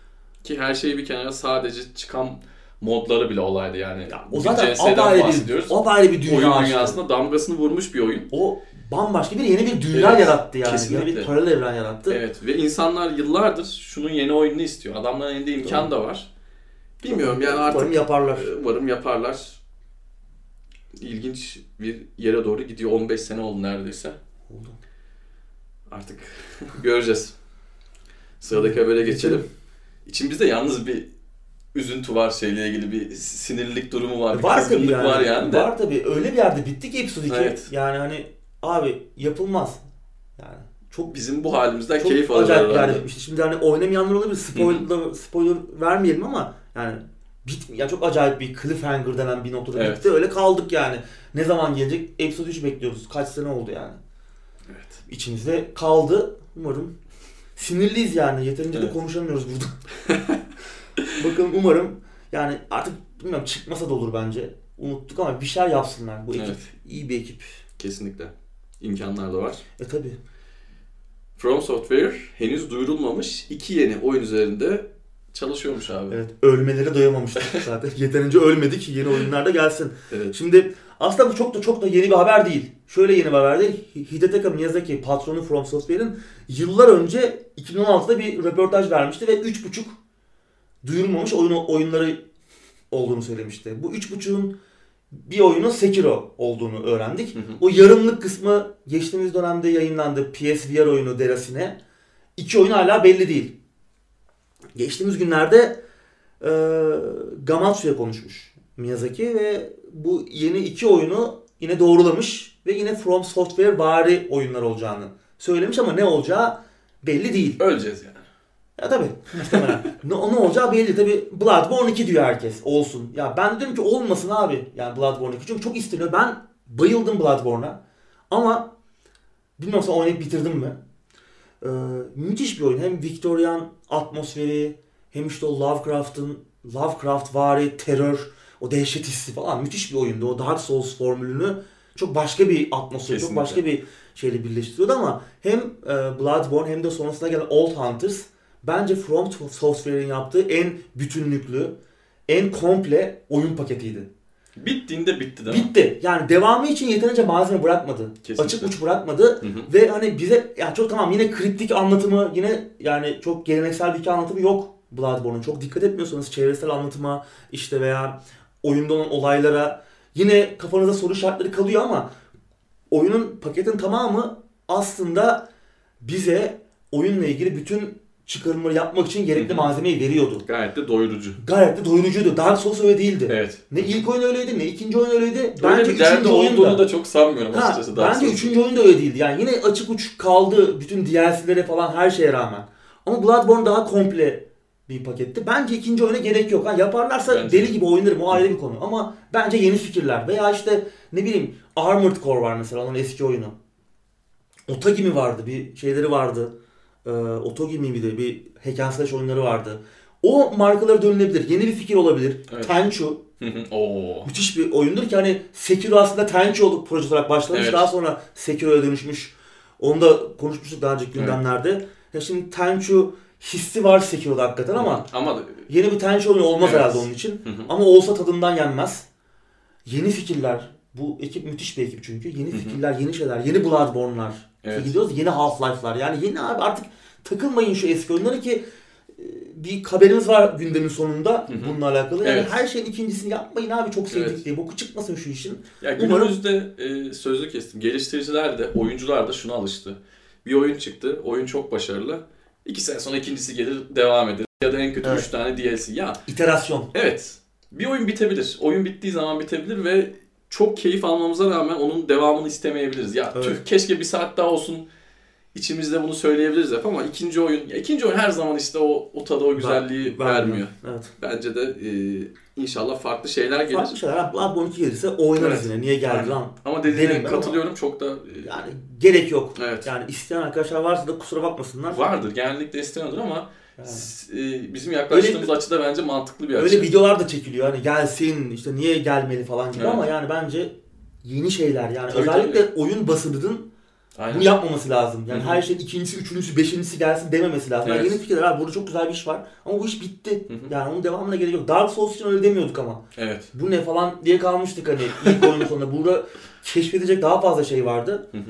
Ki her şeyi bir kenara sadece çıkan modları bile olaydı yani. Ya, o zaten apayrı bir, apayrı bir dünya. Oyun dünyasında damgasını vurmuş bir oyun. O bambaşka bir yeni bir dünya evet, yarattı yani. Kesinlikle. Yeni bir paralel evren yarattı. Evet ve insanlar yıllardır şunun yeni oyununu istiyor. Adamların elinde imkan da var. Bilmiyorum yani artık. Umarım yaparlar. Umarım yaparlar. İlginç bir yere doğru gidiyor. on beş sene oldu neredeyse. Oldu. Artık göreceğiz. Sıradaki habere geçelim. İçimizde yalnız bir üzüntü var şeyle ilgili, bir sinirlilik durumu var. Bir var kızgınlık yani. var yani de. Var tabii. Öyle bir yerde bitti ki episode iki. Evet. Yani hani abi yapılmaz. Yani çok bizim bu halimizden çok keyif alıyorlar. Çok acayip alıyorlar. bir yerde bitmişti. Şimdi hani oynamayanlar olabilir. Spoiler, spoiler vermeyelim ama yani bit yani çok acayip bir cliffhanger denen bir noktada evet. bitti. Öyle kaldık yani. Ne zaman gelecek? Episode üç bekliyoruz. Kaç sene oldu yani. Evet. İçimizde kaldı. Umarım. Sinirliyiz yani. Yeterince evet. de konuşamıyoruz burada. Bakalım umarım yani artık bilmiyorum çıkmasa da olur bence. Unuttuk ama bir şeyler yapsınlar. Bu ekip evet. iyi bir ekip. Kesinlikle. İmkanlar da var. E tabi. From Software henüz duyurulmamış iki yeni oyun üzerinde çalışıyormuş abi. Evet. Ölmelere doyamamıştık zaten. Yeterince ölmedik ki yeni oyunlar da gelsin. Evet. Şimdi aslında bu çok da çok da yeni bir haber değil. Şöyle yeni bir haber değil. Hidetaka Miyazaki patronu From Software'in yıllar önce iki bin on altıda bir röportaj vermişti ve üç buçuk duyurulmamış oyun oyunları olduğunu söylemişti. Bu üç buçuğun bir oyunu Sekiro olduğunu öğrendik. Hı hı. O yarımlık kısmı geçtiğimiz dönemde yayınlandı. P S V R oyunu Derasine. İki oyun hala belli değil. Geçtiğimiz günlerde e, Gamatsu'ya konuşmuş Miyazaki ve bu yeni iki oyunu yine doğrulamış ve yine From Software vari oyunlar olacağını söylemiş ama ne olacağı belli değil. Öleceğiz yani. Ya tabii muhtemelen. ne, ne olacağı belli. Tabii Bloodborne iki diyor herkes. Olsun. Ya ben de diyorum ki olmasın abi. Yani Bloodborne iki. Çünkü çok isteniyor. Ben bayıldım Bloodborne'a. Ama bilmiyorum sen oynayıp bitirdin mi? Ee, müthiş bir oyun. Hem Victorian atmosferi hem işte o Lovecraft'ın Lovecraft-vari terör, o dehşet hissi falan müthiş bir oyundu. O Dark Souls formülünü çok başka bir atmosfer, çok başka bir şeyle birleştiriyordu ama hem Bloodborne hem de sonrasında gelen Old Hunters bence From Software'in yaptığı en bütünlüklü, en komple oyun paketiydi. Bittiğinde bitti değil mi? Bitti. Yani devamı için yeterince malzeme bırakmadı. Kesinlikle. Açık uç bırakmadı. Hı hı. Ve hani bize yani çok tamam yine kriptik anlatımı, yine yani çok geleneksel bir hikaye anlatımı yok Bloodborne'un. Çok dikkat etmiyorsanız çevresel anlatıma işte veya oyunda olan olaylara yine kafanızda soru işaretleri kalıyor ama oyunun paketin tamamı aslında bize oyunla ilgili bütün çıkarımları yapmak için gerekli Hı-hı. malzemeyi veriyordu. Gayet de doyurucu. Gayet de doyurucuydu. Dark Souls öyle değildi. Evet. Ne ilk oyun öyleydi ne ikinci oyun öyleydi. Öyle bence üçüncü oyun da. da çok sanmıyorum ha, açıkçası. Dark bence üçüncü oyun da öyle değildi. Yani yine açık uç kaldı bütün D L C'lere falan her şeye rağmen. Ama Bloodborne daha komple bir paketti. Bence ikinci oyuna gerek yok. Ha, yaparlarsa bence deli gibi oynarım. O ayrı bir konu. Ama bence yeni fikirler. Veya işte ne bileyim Armored Core var mesela onun eski oyunu. Otagi mi vardı? Bir şeyleri vardı. Ee, Otagi miydi? Bir hack and slash oyunları vardı. O markalara dönülebilir. Yeni bir fikir olabilir. Evet. Tenchu. Oo. Müthiş bir oyundur ki hani Sekiro aslında Tenchu olup proje olarak başlamış. Evet. Daha sonra Sekiro'ya dönüşmüş. Onu da konuşmuştuk daha önceki gündemlerde. Evet. Ya şimdi Tenchu hissi var Sekiro'da hakikaten ama, ama yeni bir Tenchu oyunu olmaz evet. herhalde onun için. Hı hı. Ama olsa tadından yenmez. Yeni fikirler. Bu ekip müthiş bir ekip çünkü. Yeni hı hı. fikirler, yeni şeyler, yeni Bloodborne'lar. Evet. Gidiyoruz yeni Half-Life'lar. Yani yeni abi artık takılmayın şu eski oyunları ki bir haberimiz var gündemin sonunda hı hı. bununla alakalı. Yani evet. her şeyin ikincisini yapmayın abi çok sevdik evet. diye. Boku çıkmasın şu işin. Ya günümüzde e, sözlü kestim. Geliştiriciler de oyuncular da şuna alıştı. Bir oyun çıktı. Oyun çok başarılı. İki sene sonra ikincisi gelir devam eder. Ya da en kötü evet. üç tane D L C. Ya, İterasyon. Evet. Bir oyun bitebilir. Oyun bittiği zaman bitebilir ve çok keyif almamıza rağmen onun devamını istemeyebiliriz. Ya evet. tüh keşke bir saat daha olsun içimizde bunu söyleyebiliriz hep ama ikinci oyun ya ikinci oyun her zaman işte o o tadı o güzelliği ben, vermiyor. Evet. Bence de e, inşallah farklı şeyler gelir. Farklı şeyler. Bloodborne iki gelirse oynarız evet. yine. Niye geldi yani. lan? Ama dediğine katılıyorum ama çok da e, yani gerek yok. Evet. Yani isteyen arkadaşlar varsa da kusura bakmasınlar. Vardır. Genellikle isteniyordur ama yani. bizim yaklaştığımız öyle, açıda bence mantıklı bir açı. Öyle videolar da çekiliyor. Hani gelsin işte niye gelmeli falan gibi evet. ama yani bence yeni şeyler yani tabii, özellikle tabii. oyun basınının Aynen. bunu yapmaması lazım. Yani Hı-hı. her şeyin ikincisi, üçüncüsü, beşincisi gelsin dememesi lazım. Evet. Yani yeni fikirler var. Burada çok güzel bir iş var. Ama bu iş bitti. Hı-hı. Yani onun devamına gerek yok. Dark Souls için öyle demiyorduk ama. Evet. Bu ne falan diye kalmıştık hani ilk oyunun sonunda. Burada keşfedecek daha fazla şey vardı. Hı-hı.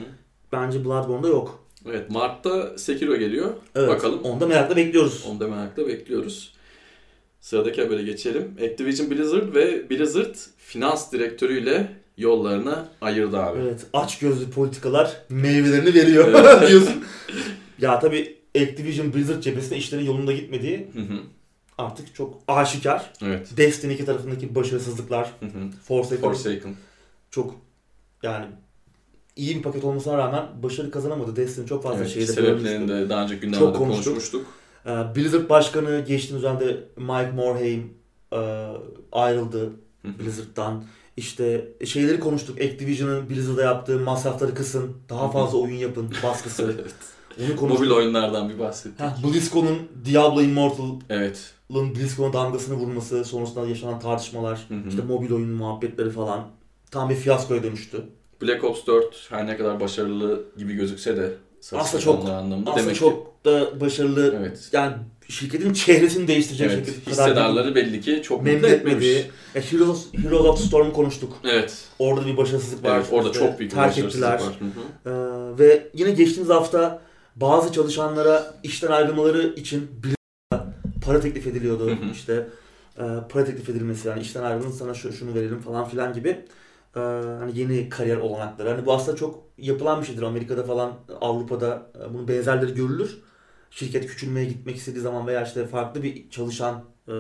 bence Bloodborne'da yok. Evet, Mart'ta Sekiro geliyor. Evet, bakalım. Onu da merakla bekliyoruz. Onu da merakla bekliyoruz. Sıradaki habere geçelim. Activision Blizzard ve Blizzard finans direktörüyle yollarını ayırdı abi. Evet, açgözlü politikalar meyvelerini veriyor evet. diyorsun. Ya tabii Activision Blizzard cephesinde işlerin yolunda gitmediği hı hı. artık çok aşikar. Evet. Destiny iki tarafındaki başarısızlıklar, hı hı. Forsaken, Forsaken çok yani iyi bir paket olmasına rağmen başarı kazanamadı. Destiny çok fazla evet, şeyde sebeplerini de daha önce gündemde konuşmuştuk. Blizzard başkanı geçtiğimiz dönemde Mike Morhaime ayrıldı Blizzard'dan. İşte şeyleri konuştuk. Activision'ın Blizzard'a yaptığı masrafları kısın, daha fazla oyun yapın baskısı. evet. Onu konuştuk. Mobil oyunlardan bir bahsettik. Heh, BlizzCon'un Diablo Immortal'ın evet. BlizzCon'a damgasını vurması, sonrasında yaşanan tartışmalar, hı hı. işte mobil oyun muhabbetleri falan tam bir fiyaskoya dönüştü. Black Ops dört her ne kadar başarılı gibi gözükse de aslında çok anlamında aslında demek çok ki, da başarılı. Evet. Yani şirketin çehresini değiştirecek evet, şirket hissedarları belli ki çok mutlu etmemiş. E, Heroes, Heroes of the Storm'u konuştuk. Evet. Orada bir başarısızlık var. Evet, orada işte çok büyük bir başarısızlık var. Ee, ve yine geçtiğimiz hafta bazı çalışanlara işten ayrılmaları için para teklif ediliyordu. Hı hı. İşte e, para teklif edilmesi, yani işten ayrılın sana şu, şunu verelim falan filan gibi. Ee, hani yeni kariyer olanakları. Hani bu aslında çok yapılan bir şeydir. Amerika'da falan, Avrupa'da e, bunun benzerleri görülür. Şirket küçülmeye gitmek istediği zaman veya işte farklı bir çalışan e,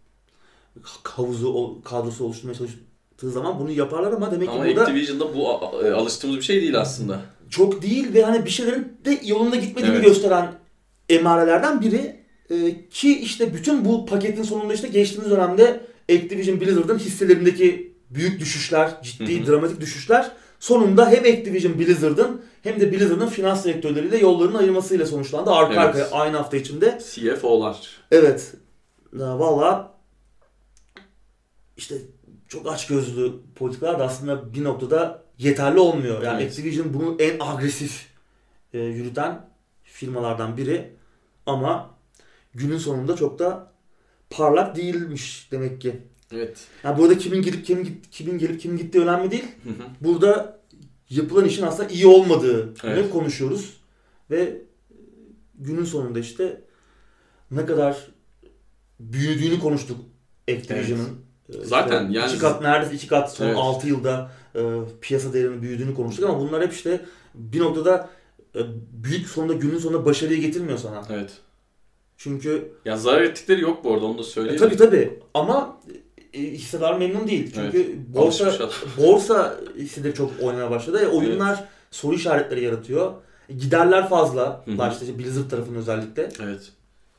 havuzu, kadrosu oluşturmaya çalıştığı zaman bunu yaparlar ama demek ama ki burada... Ama Activision'da bu alıştığımız bir şey değil aslında. Çok değil ve hani bir şeylerin de yolunda gitmediğini evet. gösteren emarelerden biri e, ki işte bütün bu paketin sonunda işte geçtiğimiz dönemde Activision Blizzard'ın hisselerindeki büyük düşüşler, ciddi, hı hı. dramatik düşüşler sonunda hem Activision Blizzard'ın hem de Blizzard'ın finans direktörleriyle yollarının ayırmasıyla sonuçlandı. Arka evet. arkaya aynı hafta içinde. C F O'lar. Evet. Valla işte çok açgözlü politikalar da aslında bir noktada yeterli olmuyor. Yani evet. Activision bunu en agresif e, yürüten firmalardan biri ama günün sonunda çok da parlak değilmiş demek ki. Evet. Yani burada kimin gelip kimin, kimin gelip kimin gittiği önemli değil. Hı hı. Burada yapılan işin aslında iyi olmadığı evet. konuşuyoruz ve günün sonunda işte ne kadar büyüdüğünü konuştuk Activision'ın. Evet. Zaten işte yani iki kat neredeyse iki kat son evet. altı yılda e, piyasa değerinin büyüdüğünü konuştuk ama bunlar hep işte bir noktada e, büyük sonunda günün sonunda başarıyı getirmiyor sana. Evet. Çünkü ya zarar ettikleri yok bu arada, onu da söyleyeyim. E, tabii tabii ama e, hissedar memnun değil. Çünkü evet. borsa borsa hisseleri çok oynamaya başladı. E, oyunlar evet. soru işaretleri yaratıyor. E, giderler fazla. Başta işte Blizzard tarafının özellikle. Evet.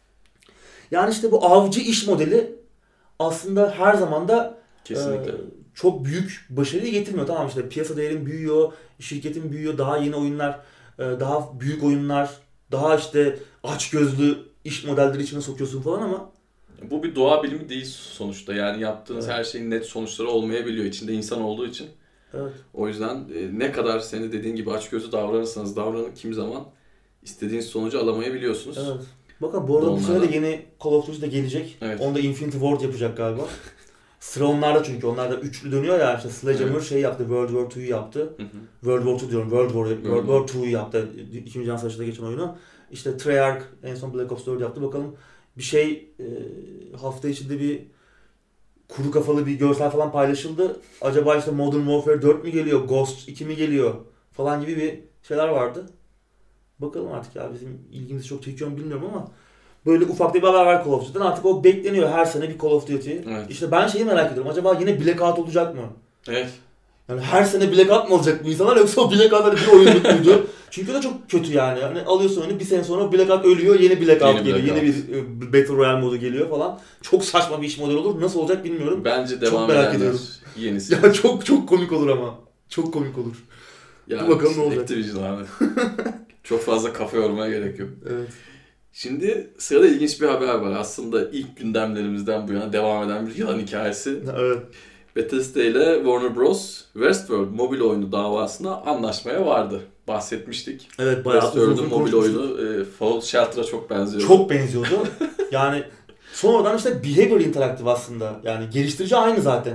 Yani işte bu avcı iş modeli aslında her zaman da kesinlikle. E, çok büyük başarıyı getirmiyor. Tamam işte piyasa değerin büyüyor, şirketin büyüyor, daha yeni oyunlar, e, daha büyük oyunlar, daha işte açgözlü iş modelleri içine sokuyorsun falan ama bu bir doğa bilimi değil sonuçta. Yani yaptığınız evet. her şeyin net sonuçları olmayabiliyor. İçinde insan olduğu için. Evet. O yüzden e, ne kadar senin dediğin gibi açgözlü davranırsanız davranın kimi zaman istediğiniz sonucu alamayabiliyorsunuz. Evet. Bakın bu arada bu sene de yeni Call of Duty de gelecek. Evet. Onda Infinity Ward yapacak galiba. Sıra onlarda çünkü. Onlar da üçlü dönüyor ya. İşte Sledgehammer evet. şey yaptı. World War iki'yu yaptı. Hı hı. World War iki diyorum. World War, World War iki'yu yaptı. İkinci Dünya Savaşı'nda geçen oyunu. İşte Treyarch en son Black Ops dört yaptı. Bakalım bir şey e, hafta içinde bir kuru kafalı bir görsel falan paylaşıldı. Acaba işte Modern Warfare dört mü geliyor? Ghost iki mi geliyor? Falan gibi bir şeyler vardı. Bakalım artık ya, bizim ilgimizi çok çekiyor mu bilmiyorum ama böyle ufak bir haber var Call of Duty'den. Artık o bekleniyor her sene bir Call of Duty. Evet. İşte ben şeyi merak ediyorum. Acaba yine Blackout olacak mı? Evet. Yani her sene Blackout mı olacak bu insanlar, yoksa o Blackout'da bir oyunluk muydu? Çünkü o da çok kötü yani. Yani alıyorsun oyunu, bir sene sonra Blackout ölüyor, yeni Blackout yeni geliyor. Blackout. Yeni bir Battle Royale modu geliyor falan. Çok saçma bir iş modeli olur. Nasıl olacak bilmiyorum. Bence devam çok merak ediyorum. Yenisi. Ya çok çok komik olur ama. Çok komik olur. Ya dur bakalım ne olacak. Activision abi. Çok fazla kafa yormaya gerek yok. Evet. Şimdi sırada ilginç bir haber var. Aslında ilk gündemlerimizden bu yana devam eden bir yılan hikayesi. Evet. Bethesda ile Warner Bros. Westworld mobil oyunu davasına anlaşmaya vardı. Bahsetmiştik. Evet, bayağı Westworld'un mobil oyunu e, Fallout Shelter'a çok benziyordu. Çok benziyordu. Yani sonradan işte Behavior Interactive aslında. Yani geliştirici aynı zaten.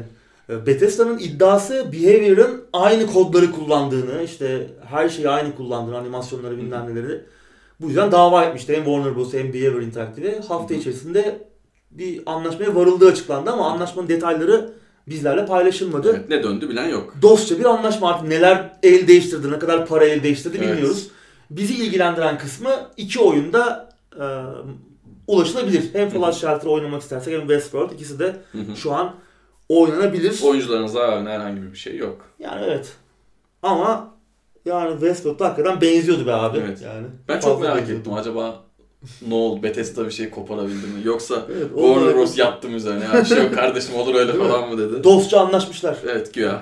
Bethesda'nın iddiası Behavior'ın aynı kodları kullandığını, işte her şeyi aynı kullandığını, animasyonları bilmem neleri. Bu yüzden dava etmişti hem Warner Bros. Hem Behavior Interactive'e. Hafta içerisinde bir anlaşmaya varıldığı açıklandı ama anlaşmanın detayları bizlerle paylaşılmadı. Evet, ne döndü bilen yok. Dostça bir anlaşma, artık neler el değiştirdi, ne kadar para el değiştirdi bilmiyoruz. Evet. Bizi ilgilendiren kısmı iki oyunda e, ulaşılabilir. Hem Fallout Shelter'ı oynamak istersek hem Westworld, ikisi de hı hı. şu an oynanabilir. Oyuncuların zararına herhangi bir şey yok. Yani evet. Ama yani Westworld'da hakikaten benziyordu be abi. Evet. Yani ben çok merak benziyordu. ettim. Acaba ne oldu? Bethesda bir şey koparabildi mi? Yoksa evet, Warner Bros. Yaptı mı üzerine? Ya bir şey yok kardeşim, olur öyle falan mı dedi. Dostça anlaşmışlar. Evet, güya.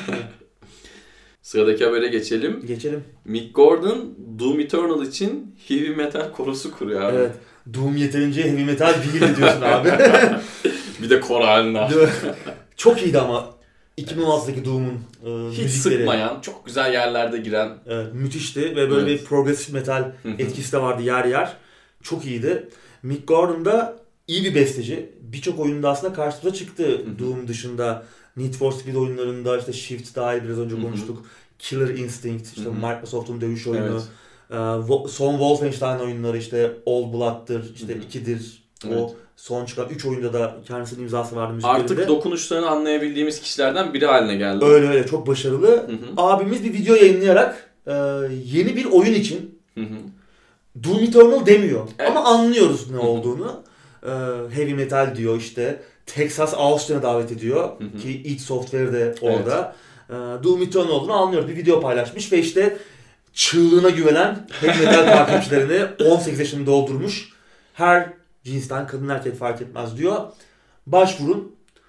Sıradaki habere geçelim. Geçelim. Mick Gordon Doom Eternal için heavy metal korosu kuruyor abi. Evet. Doom yeterince heavy metal değildi diyorsun abi. Bir de kor halinde. Çok iyiydi ama iki bin on altıdaki Doom'un e, hiç müzikleri. Sıkmayan, çok güzel yerlerde giren. Evet, müthişti ve böyle evet. bir progresif metal etkisi de vardı yer yer. Çok iyiydi. Mick Gordon da iyi bir besteci. Birçok oyunda aslında karşımıza çıktı. Doom dışında Need for Speed oyunlarında, işte Shift daha iyi biraz önce konuştuk. Killer Instinct, işte Microsoft'un dövüş oyunu. Evet. Ee, son Wolfenstein oyunları, işte Old Blood'tır, işte ikidir. Evet. O son çıkan üç oyunda da kendisinin imzası vardı müziklerinde. Artık dokunuşlarını anlayabildiğimiz kişilerden biri haline geldi. Öyle öyle, çok başarılı. Hı hı. Abimiz bir video yayınlayarak e, yeni bir oyun için hı hı. Doom Eternal demiyor. Evet. Ama anlıyoruz ne hı hı. olduğunu. E, heavy metal diyor işte. Texas Austin'e davet ediyor. Hı hı. Ki id Software de orada. Evet. E, Doom Eternal olduğunu anlıyoruz. Bir video paylaşmış ve işte çığlığına güvenen heavy metal takipçilerini on sekiz yaşını doldurmuş. Her cinsten, kadın erkek fark etmez diyor. Başvurun.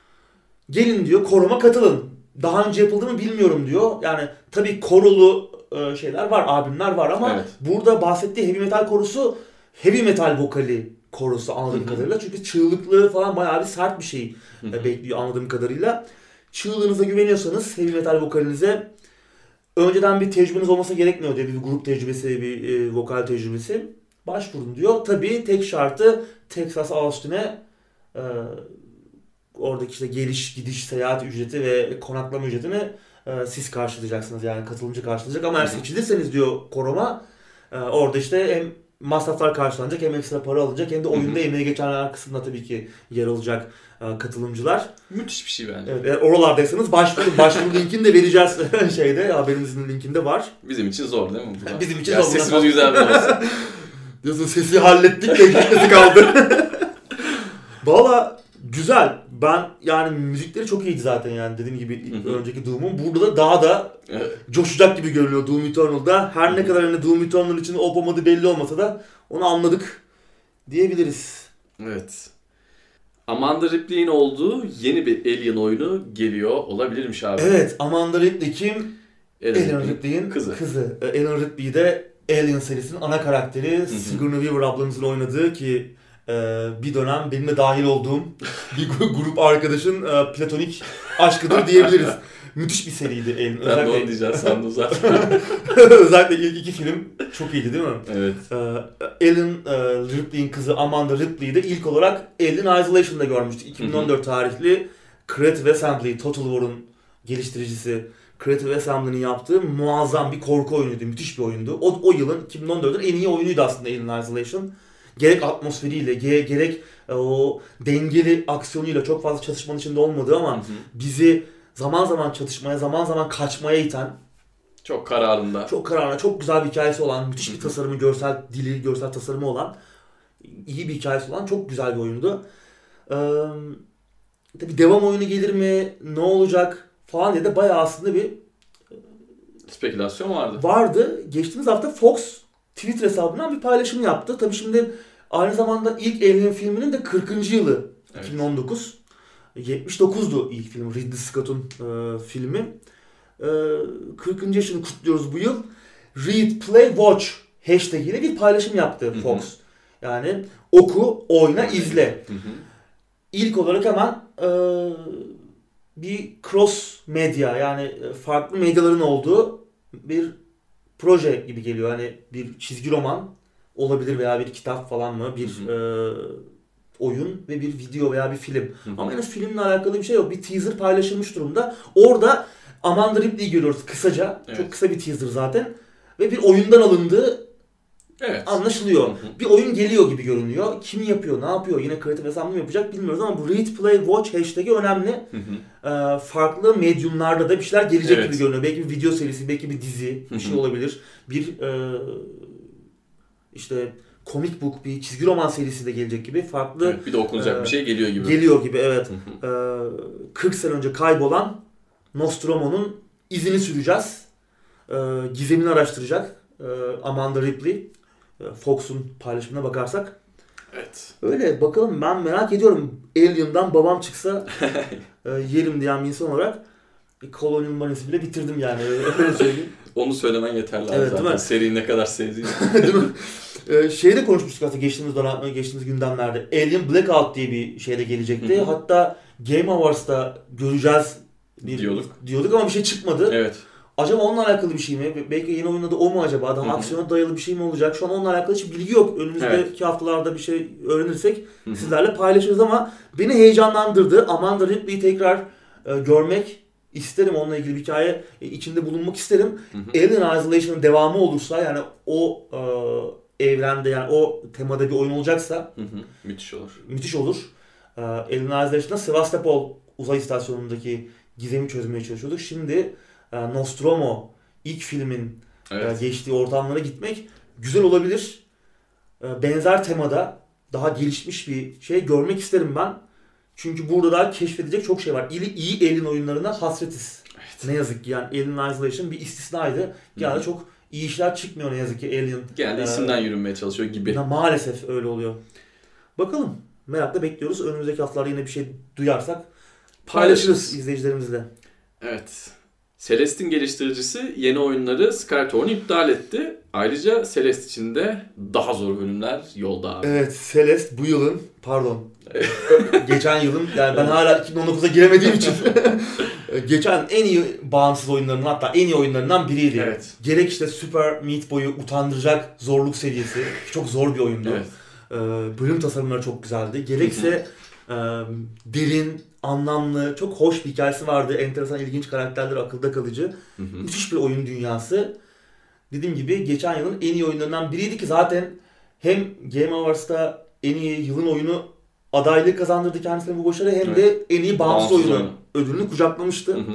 Gelin diyor, koruma katılın. Daha önce yapıldı mı bilmiyorum diyor. Yani tabii korolu e, şeyler var, albümler var ama evet. burada bahsettiği heavy metal korusu heavy metal vokali korusu anladığım Hı-hı. kadarıyla. Çünkü çığlıkları falan bayağı bir sert bir şey Hı-hı. bekliyor anladığım kadarıyla. Çığlığınıza güveniyorsanız heavy metal vokalinize önceden bir tecrübeniz olması gerekmiyor diye, bir grup tecrübesi, bir e, vokal tecrübesi. Başvurun diyor. Tabii tek şartı Texas Austin'e e, oradaki işte geliş, gidiş, seyahat ücreti ve konaklama ücretini e, siz karşılayacaksınız. Yani katılımcı karşılayacak ama eğer seçilirseniz diyor koruma e, orada işte hem masraflar karşılanacak, hem ekstra para alınacak, hem de oyunda emeği geçenler kısmında tabii ki yer alacak e, katılımcılar. Müthiş bir şey bence. Evet, eğer oralardaysanız başvurun. Başvuru linkini de vereceğiz şeyde, haberimizin linkinde var. Bizim için zor değil mi? Bu Bizim için ya zor. Sesimiz güzel bir olsun. Diyorsun sesi hallettik de gitmesi kaldı. Valla güzel. Ben yani müzikleri çok iyiydi zaten, yani dediğim gibi Hı-hı. önceki Doom'un. Burada da daha da evet. coşacak gibi görünüyor Doom Eternal'da. Her Hı-hı. ne kadar hani Doom Eternal için olup olmadığı belli olmasa da onu anladık diyebiliriz. Evet. Amanda Ripley'in olduğu yeni bir Alien oyunu geliyor olabilirmiş abi. Evet, Amanda Ripley kim? Ellen Ripley'in kızı. kızı. Ellen Ripley de Alien serisinin ana karakteri. Hı hı. Sigourney Weaver ablamızın oynadığı ki e, bir dönem benim de dahil olduğum bir grup arkadaşın e, platonik aşkıdır diyebiliriz. Müthiş bir seriydi Alien. Ben özellikle... de onu diyeceğim sandım zaten. Özellikle ilk iki film çok iyiydi değil mi? Evet. E, Ellen e, Ripley'in kızı Amanda Ripley'i de ilk olarak Alien Isolation'da görmüştük. iki bin on dört hı hı. tarihli Creative Assembly, Total War'un geliştiricisi Creative Assembly'nin yaptığı muazzam bir korku oyunuydu. Müthiş bir oyundu. O, o yılın iki bin on dört'ün en iyi oyunuydu aslında Alien Isolation. Gerek atmosferiyle, ge- gerek e, o dengeli aksiyonuyla, çok fazla çatışmanın içinde olmadığı ama hı hı. bizi zaman zaman çatışmaya, zaman zaman kaçmaya iten, çok kararında, çok kararında, çok güzel bir hikayesi olan, müthiş bir tasarımı, görsel dili, görsel tasarımı olan, iyi bir hikayesi olan çok güzel bir oyundu. Ee, tabii devam oyunu gelir mi, ne olacak falan diye de bayağı aslında bir spekülasyon vardı. Vardı. Geçtiğimiz hafta Fox Twitter hesabından bir paylaşım yaptı. Tabii şimdi aynı zamanda ilk Alien filminin de kırkıncı yılı evet. iki bin on dokuz. yetmiş dokuzdu ilk film. Ridley Scott'un e, filmi. E, kırkıncı yaşını kutluyoruz bu yıl. Read, Play, Watch hashtag ile bir paylaşım yaptı Fox. Hı hı. Yani oku, oyna, izle. Hı hı. İlk olarak hemen e, bir cross medya, yani farklı medyaların olduğu bir proje gibi geliyor. Hani bir çizgi roman olabilir veya bir kitap falan mı, bir e, oyun ve bir video veya bir film. Hı hı. Ama henüz filmle alakalı bir şey yok. Bir teaser paylaşılmış durumda. Orada Amanda Ripley'i görüyoruz kısaca. Evet. Çok kısa bir teaser zaten. Ve bir oyundan alındığı evet. anlaşılıyor. Hı hı. Bir oyun geliyor gibi görünüyor. Kim yapıyor, ne yapıyor, yine kreatif hesabını mı yapacak bilmiyoruz ama bu Read, Play, Watch hashtag'i önemli. Hı hı. Ee, farklı medyumlarda da bir şeyler gelecek evet. gibi görünüyor. Belki bir video serisi, belki bir dizi, bir hı hı. şey olabilir. Bir e, işte comic book, bir çizgi roman serisi de gelecek gibi. Farklı evet, bir de okunacak e, bir şey geliyor gibi. Geliyor gibi evet. Hı hı. E, kırk sene önce kaybolan Nostromo'nun izini süreceğiz. E, gizemini araştıracak e, Amanda Ripley. Fox'un paylaşımına bakarsak. Evet. Öyle bakalım, ben merak ediyorum. Alien'dan babam çıksa e, yerim diyen bir insan olarak Colonial Marines bile bitirdim yani. Öyle söyleyeyim. Onu söylemen yeterli evet, zaten. Seriyi ne kadar sevdiğini. Değil mi? Ee, şeyde konuşmuştuk aslında geçtiğimiz dönem, geçtiğimiz gündemlerde. Alien Blackout diye bir şeyde gelecekti. Hatta Game Awards'ta göreceğiz diyorduk. diyorduk ama bir şey çıkmadı. Evet. Acaba onunla alakalı bir şey mi? Belki yeni oyunda da o mu acaba? Daha Hı-hı. aksiyona dayalı bir şey mi olacak? Şu an onunla alakalı hiç bilgi yok. Önümüzdeki evet. haftalarda bir şey öğrenirsek Hı-hı. sizlerle paylaşırız ama beni heyecanlandırdı. Amanda Ripley'i tekrar e, görmek isterim. Onunla ilgili bir hikaye e, içinde bulunmak isterim. Hı-hı. Alien Isolation'ın devamı olursa, yani o e, evrende, yani o temada bir oyun olacaksa Hı-hı. müthiş olur. Müthiş olur. E, Alien Isolation'da Sevastopol uzay istasyonundaki gizemi çözmeye çalışıyorduk. Şimdi Nostromo ilk filmin evet. geçtiği ortamlara gitmek güzel olabilir. Benzer temada daha gelişmiş bir şey görmek isterim ben. Çünkü burada daha keşfedecek çok şey var. İyi, iyi Alien oyunlarına hasretiz. Evet. Ne yazık ki yani Alien Isolation bir istisnaydı. Yani çok iyi işler çıkmıyor ne yazık ki Alien. Genelde isimden yürünmeye çalışıyor gibi. Maalesef öyle oluyor. Bakalım. Merakla bekliyoruz. Önümüzdeki haftalarda yine bir şey duyarsak paylaşırız izleyicilerimizle. Evet. Celeste'in geliştiricisi yeni oyunları Skytorn'u iptal etti. Ayrıca Celeste için de daha zor bölümler yolda abi. Evet, Celeste bu yılın, pardon, geçen yılın, yani ben hala iki bin on dokuza giremediğim için geçen en iyi bağımsız oyunlarından, hatta en iyi oyunlarından biriydi. Evet. Gerek işte Super Meat Boy'u utandıracak zorluk seviyesi, çok zor bir oyundu. Evet. Ee, bölüm tasarımları çok güzeldi. Gerekse e, derin, anlamlı, çok hoş bir hikayesi vardı. Enteresan, ilginç karakterler, akılda kalıcı. Hı hı. Müthiş bir oyun dünyası. Dediğim gibi geçen yılın en iyi oyunlarından biriydi ki zaten hem Game Awards'ta en iyi yılın oyunu adaylığı kazandırdı kendisine bu başarı, hem evet. de en iyi bağımsız, bağımsız oyunu ödülünü kucaklamıştı. Hı hı.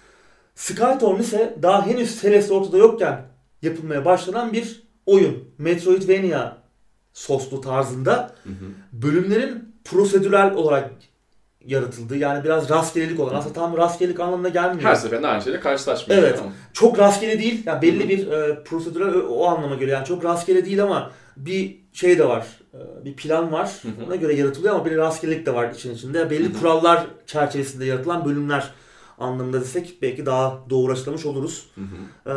Skytorn ise daha henüz Celeste ortada yokken yapılmaya başlanan bir oyun. Metroidvania soslu tarzında. Hı hı. Bölümlerin prosedürel olarak yaratıldı. Yani biraz rastgelelik olan. Aslında tam rastgelelik anlamına gelmiyor. Her seferinde aynı şeyle karşılaşmıyor. Evet. Ama. Çok rastgele değil. Yani belli Hı-hı. bir e, prosedürel o, o anlama geliyor. Yani çok rastgele değil ama bir şey de var. E, bir plan var. Hı-hı. Ona göre yaratılıyor ama bir rastgelelik de var için içinde. Belli Hı-hı. kurallar çerçevesinde yaratılan bölümler anlamında desek belki daha doğru açıklamış oluruz. E,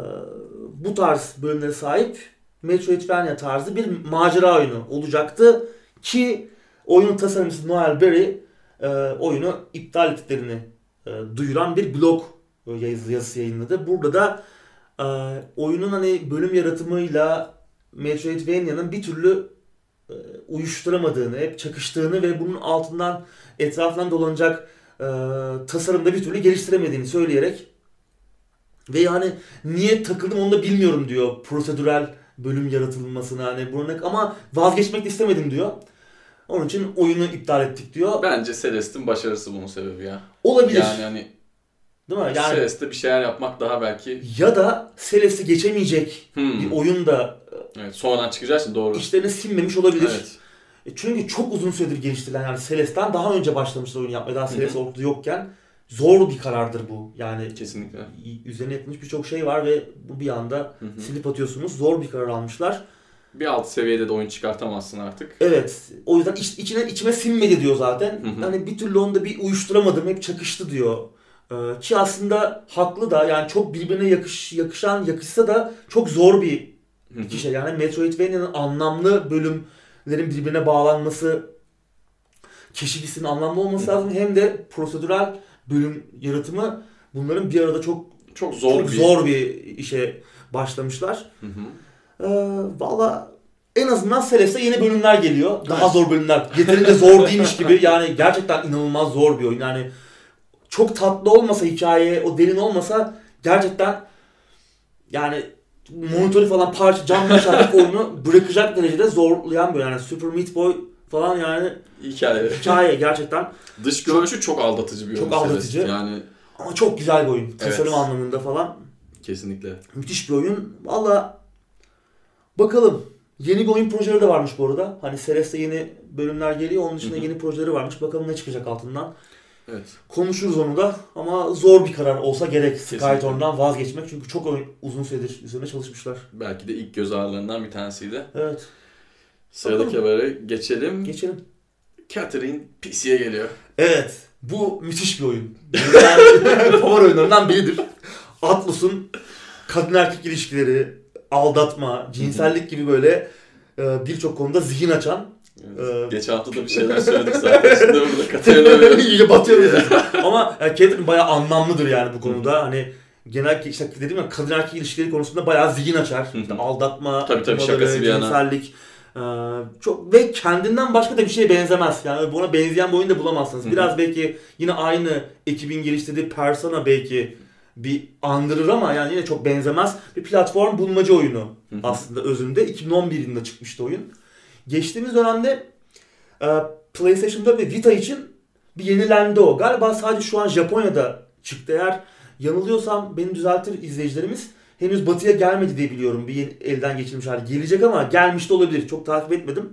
bu tarz bölümlere sahip Metroidvania tarzı bir macera oyunu olacaktı ki oyunun tasarımcısı Noel Berry e, oyunu iptal ettiklerini e, duyuran bir blog yazı, yazısı yayınladı. Burada da e, oyunun hani bölüm yaratımıyla Metroidvania'nın bir türlü e, uyuşturamadığını, hep çakıştığını ve bunun altından etrafından dolanacak e, tasarımda bir türlü geliştiremediğini söyleyerek ve yani niye takıldım onu da bilmiyorum diyor prosedürel bölüm yaratılmasına, hani bunu, ama vazgeçmek de istemedim diyor. Onun için oyunu iptal ettik diyor. Bence Celeste'in başarısı bunun sebebi ya. Olabilir. Yani hani değil mi? Yani Celeste'de bir şeyler yapmak daha belki. Ya da Celeste'i geçemeyecek hmm. bir oyun da evet, sonradan çıkacağı için doğru. İşlerine sinmemiş olabilir. Evet. Çünkü çok uzun süredir geliştirilen, yani Celeste'den daha önce başlamışlar oyun yapmaya. Daha Celeste ortada yokken. Zor bir karardır bu. Yani kesinlikle. Üzerine yapılmış birçok şey var ve bu bir anda Hı-hı. silip atıyorsunuz. Zor bir karar almışlar. Bir alt seviyede de oyun çıkartamazsın artık. Evet. O yüzden iç, içine içime sinmedi diyor zaten. Hı hı. Hani bir türlü onu da bir uyuşturamadım. Hep çakıştı diyor. Ee, ki aslında haklı da, yani çok birbirine yakış, yakışan, yakışsa da çok zor bir hı hı. iki şey. Yani Metroidvania'nın anlamlı bölümlerin birbirine bağlanması, keşifisinin anlamlı olması hı hı. lazım. Hem de prosedürel bölüm yaratımı, bunların bir arada çok çok zor, çok bir... zor bir işe başlamışlar. Hı hı. Ee, Valla en azından Celeste'e yeni bölümler geliyor. Daha zor bölümler. Yeterince zor değilmiş gibi. Yani gerçekten inanılmaz zor bir oyun. Yani çok tatlı olmasa hikaye, o derin olmasa gerçekten yani monitörü falan parça camla çarpıp oyunu bırakacak derecede zorlayan bir yani Super Meat Boy falan yani hikaye. Hikaye gerçekten. Dış görünüşü çok aldatıcı bir oyun. Çok aldatıcı. Yani ama çok güzel bir oyun. Tasarım evet. anlamında falan. Kesinlikle. Müthiş bir oyun. Valla bakalım. Yeni bir oyun projeleri de varmış bu arada. Hani Celeste yeni bölümler geliyor. Onun dışında Hı-hı. yeni projeleri varmış. Bakalım ne çıkacak altından. Evet. Konuşuruz onu da ama zor bir karar olsa gerek Skytorn'dan vazgeçmek. Çünkü çok oyun, uzun süredir üzerine çalışmışlar. Belki de ilk göz ağrılarından bir tanesiydi. Evet. Sıradaki habere geçelim. Geçelim. Catherine P C'ye geliyor. Evet. Bu müthiş bir oyun. Yani favori oyunlarından biridir. Atlus'un kadın erkek ilişkileri, aldatma, cinsellik gibi böyle birçok konuda zihin açan. Evet. Ee, Geçen hafta da bir şeyler söyledik zaten. Şimdi burada Catherine'a İyice batıyoruz. Ama yani Catherine bayağı anlamlıdır yani bu konuda. Hani genel işte dedim ya kadın erkek ilişkileri konusunda bayağı zihin açar. İşte aldatma, tabii, tabii, şakası bir cinsellik. Ee, çok ve kendinden başka da bir şeye benzemez. Yani buna benzeyen bir oyun da bulamazsınız. Hı-hı. Biraz belki yine aynı ekibin geliştirdiği Persona belki bir andırır ama yani yine çok benzemez. Bir platform bulmaca oyunu Hı-hı. aslında özünde. iki bin on bir yılında çıkmıştı oyun. Geçtiğimiz dönemde e, PlayStation dört ve Vita için bir yenilendi o. Galiba sadece şu an Japonya'da çıktı. Eğer yanılıyorsam beni düzeltir izleyicilerimiz. Henüz batıya gelmedi diye biliyorum. Bir yeni, elden geçirilmiş hali gelecek ama gelmiş de olabilir. Çok takip etmedim.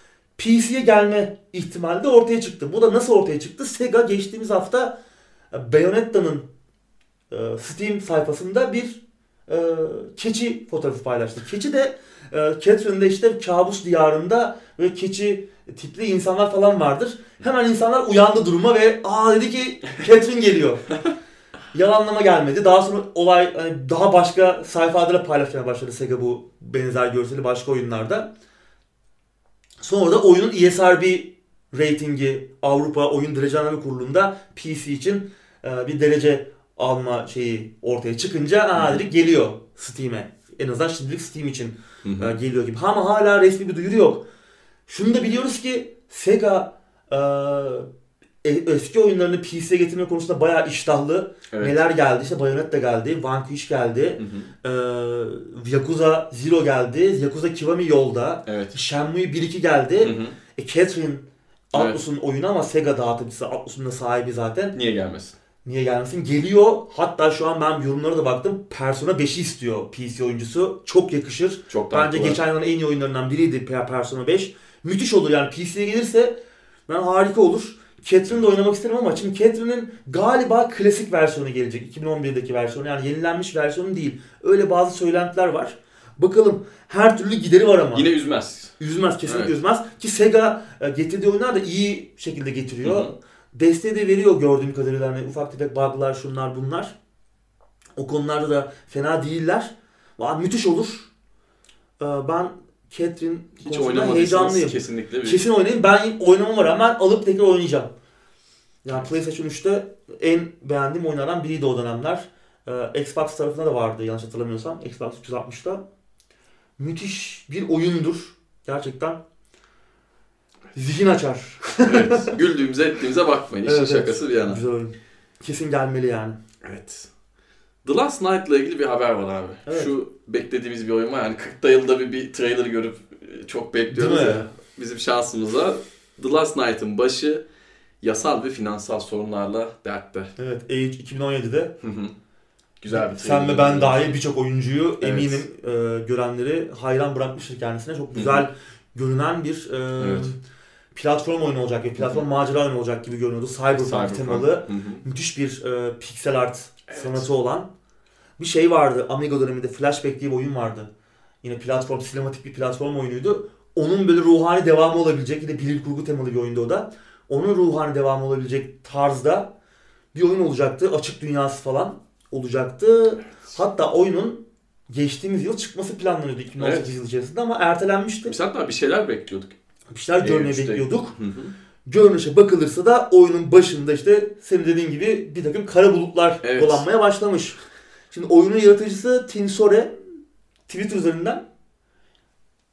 P C'ye gelme ihtimali de ortaya çıktı. Bu da nasıl ortaya çıktı? Sega geçtiğimiz hafta Bayonetta'nın e, Steam sayfasında bir e, keçi fotoğrafı paylaştı. Keçi de e, Catherine'de işte kabus diyarında böyle keçi tipli insanlar falan vardır. Hemen insanlar uyandı duruma ve aa dedi ki Catherine geliyor. Yalanlama gelmedi. Daha sonra olay hani daha başka sayfalara paylaşmaya başladı Sega bu benzer görseli başka oyunlarda. Sonra da oyunun E S R B ratingi Avrupa Oyun Derecelendirme Kurulu'nda P C için e, bir derece alma şeyi ortaya çıkınca aa dedik geliyor Steam'e. En azından şimdilik Steam için e, geliyor gibi. Ama hala resmi bir duyuru yok. Şunu da biliyoruz ki Sega e, eski oyunlarını P C'ye getirme konusunda bayağı iştahlı. Evet. Neler geldi? İşte Bayonetta geldi, Vanquish geldi, hı hı. E, Yakuza Zero geldi, Yakuza Kiwami yolda, evet. Shenmue bir iki geldi. Hı hı. E, Catherine Atlus'un evet. oyunu ama Sega dağıtıcısı, Atlus'un da sahibi zaten. Niye gelmesin? Niye gelmesin? Geliyor. Hatta şu an ben yorumlara da baktım. Persona beşi istiyor P C oyuncusu. Çok yakışır. Çok Bence geçen yılın en iyi oyunlarından biriydi Persona beş. Müthiş olur yani P C'ye gelirse ben harika olur. Catherine'de oynamak isterim ama şimdi Catherine'in galiba klasik versiyonu gelecek. iki bin on birdeki versiyonu yani yenilenmiş versiyonu değil. Öyle bazı söylentiler var. Bakalım her türlü gideri var ama. Yine üzmez. Üzmez kesinlikle evet. üzmez. Ki Sega getirdiği oyunlar da iyi şekilde getiriyor. Hı hı. Desteği de veriyor gördüğüm kadarıyla. Yani ufak tefek bug'lar şunlar bunlar. O konularda da fena değiller. Aa, müthiş olur. Ee, ben Catherine hiç oynamadıysanız kesinlikle bir... Kesin oynayayım. Ben oynamama rağmen alıp tekrar oynayacağım. Yani PlayStation üçte en beğendiğim oyunlardan biriydi o dönemler. Ee, Xbox tarafında da vardı yanlış hatırlamıyorsam. Xbox üç yüz altmışta. Müthiş bir oyundur. Gerçekten. Zihin açar. Evet. Güldüğümüze ettiğimize bakmayın. İşin evet, şakası evet. bir yana. Güzel oyun. Kesin gelmeli yani. Evet. The Last Night ile ilgili bir haber var abi. Evet. Şu beklediğimiz bir oyun var. Yani kırkta yılda bir, bir trailer görüp çok bekliyoruz ya. Bizim şansımızla The Last Night'ın başı yasal ve finansal sorunlarla dertte. Evet. E üç iki bin on yedide. Hı hı. Güzel bir Sen ve ben dahil birçok oyuncuyu evet. eminim e, görenleri hayran bırakmıştır kendisine. Çok güzel hı hı. görünen bir e, evet. platform oyunu olacak ve platform hı hı. macera oyunu olacak gibi görünüyordu. Cyberpunk, Cyberpunk. temalı hı hı. müthiş bir e, pixel art evet. sanatı olan bir şey vardı. Amiga döneminde Flashback diye bir oyun vardı. Yine platform, sinematik bir platform oyunuydu. Onun böyle ruhani devamı olabilecek, yine bilim kurgu temalı bir oyundu o da. Onun ruhani devamı olabilecek tarzda bir oyun olacaktı. Açık dünyası falan olacaktı. Evet. Hatta oyunun geçtiğimiz yıl çıkması planlanıyordu iki bin on sekiz evet. yıl içerisinde ama ertelenmişti. Biz hatta bir şeyler bekliyorduk. Bir şeyler görmeyi bekliyorduk. Hı hı. Görünüşe bakılırsa da oyunun başında işte senin dediğin gibi bir takım kara bulutlar evet. dolanmaya başlamış. Şimdi oyunun yaratıcısı Tin Sore Twitter üzerinden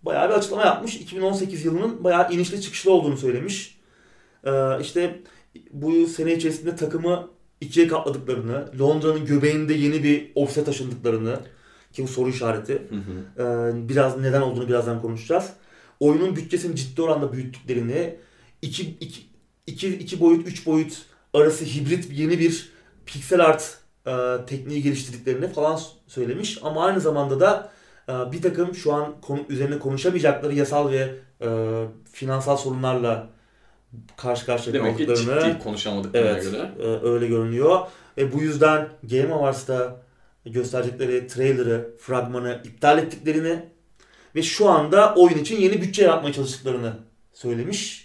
bayağı bir açıklama yapmış. iki bin on sekiz yılının bayağı inişli çıkışlı olduğunu söylemiş. Ee, işte bu sene içerisinde takımı ikiye katladıklarını, Londra'nın göbeğinde yeni bir ofise taşındıklarını, ki bu soru işareti. Hı hı. Ee, biraz neden olduğunu birazdan konuşacağız. Oyunun bütçesini ciddi oranda büyüttüklerini, iki, iki, iki, iki boyut, üç boyut arası hibrit yeni bir piksel art e, tekniği geliştirdiklerini falan söylemiş. Ama aynı zamanda da e, bir takım şu an konu, üzerine konuşamayacakları yasal ve e, finansal sorunlarla karşı karşıya demek ki ciddi konuşamadıklarına evet, göre. E, öyle görünüyor. E, bu yüzden Game Awards'ta gösterecekleri trailer'ı, fragmanı iptal ettiklerini ve şu anda oyun için yeni bütçe yapmaya çalıştıklarını söylemiş.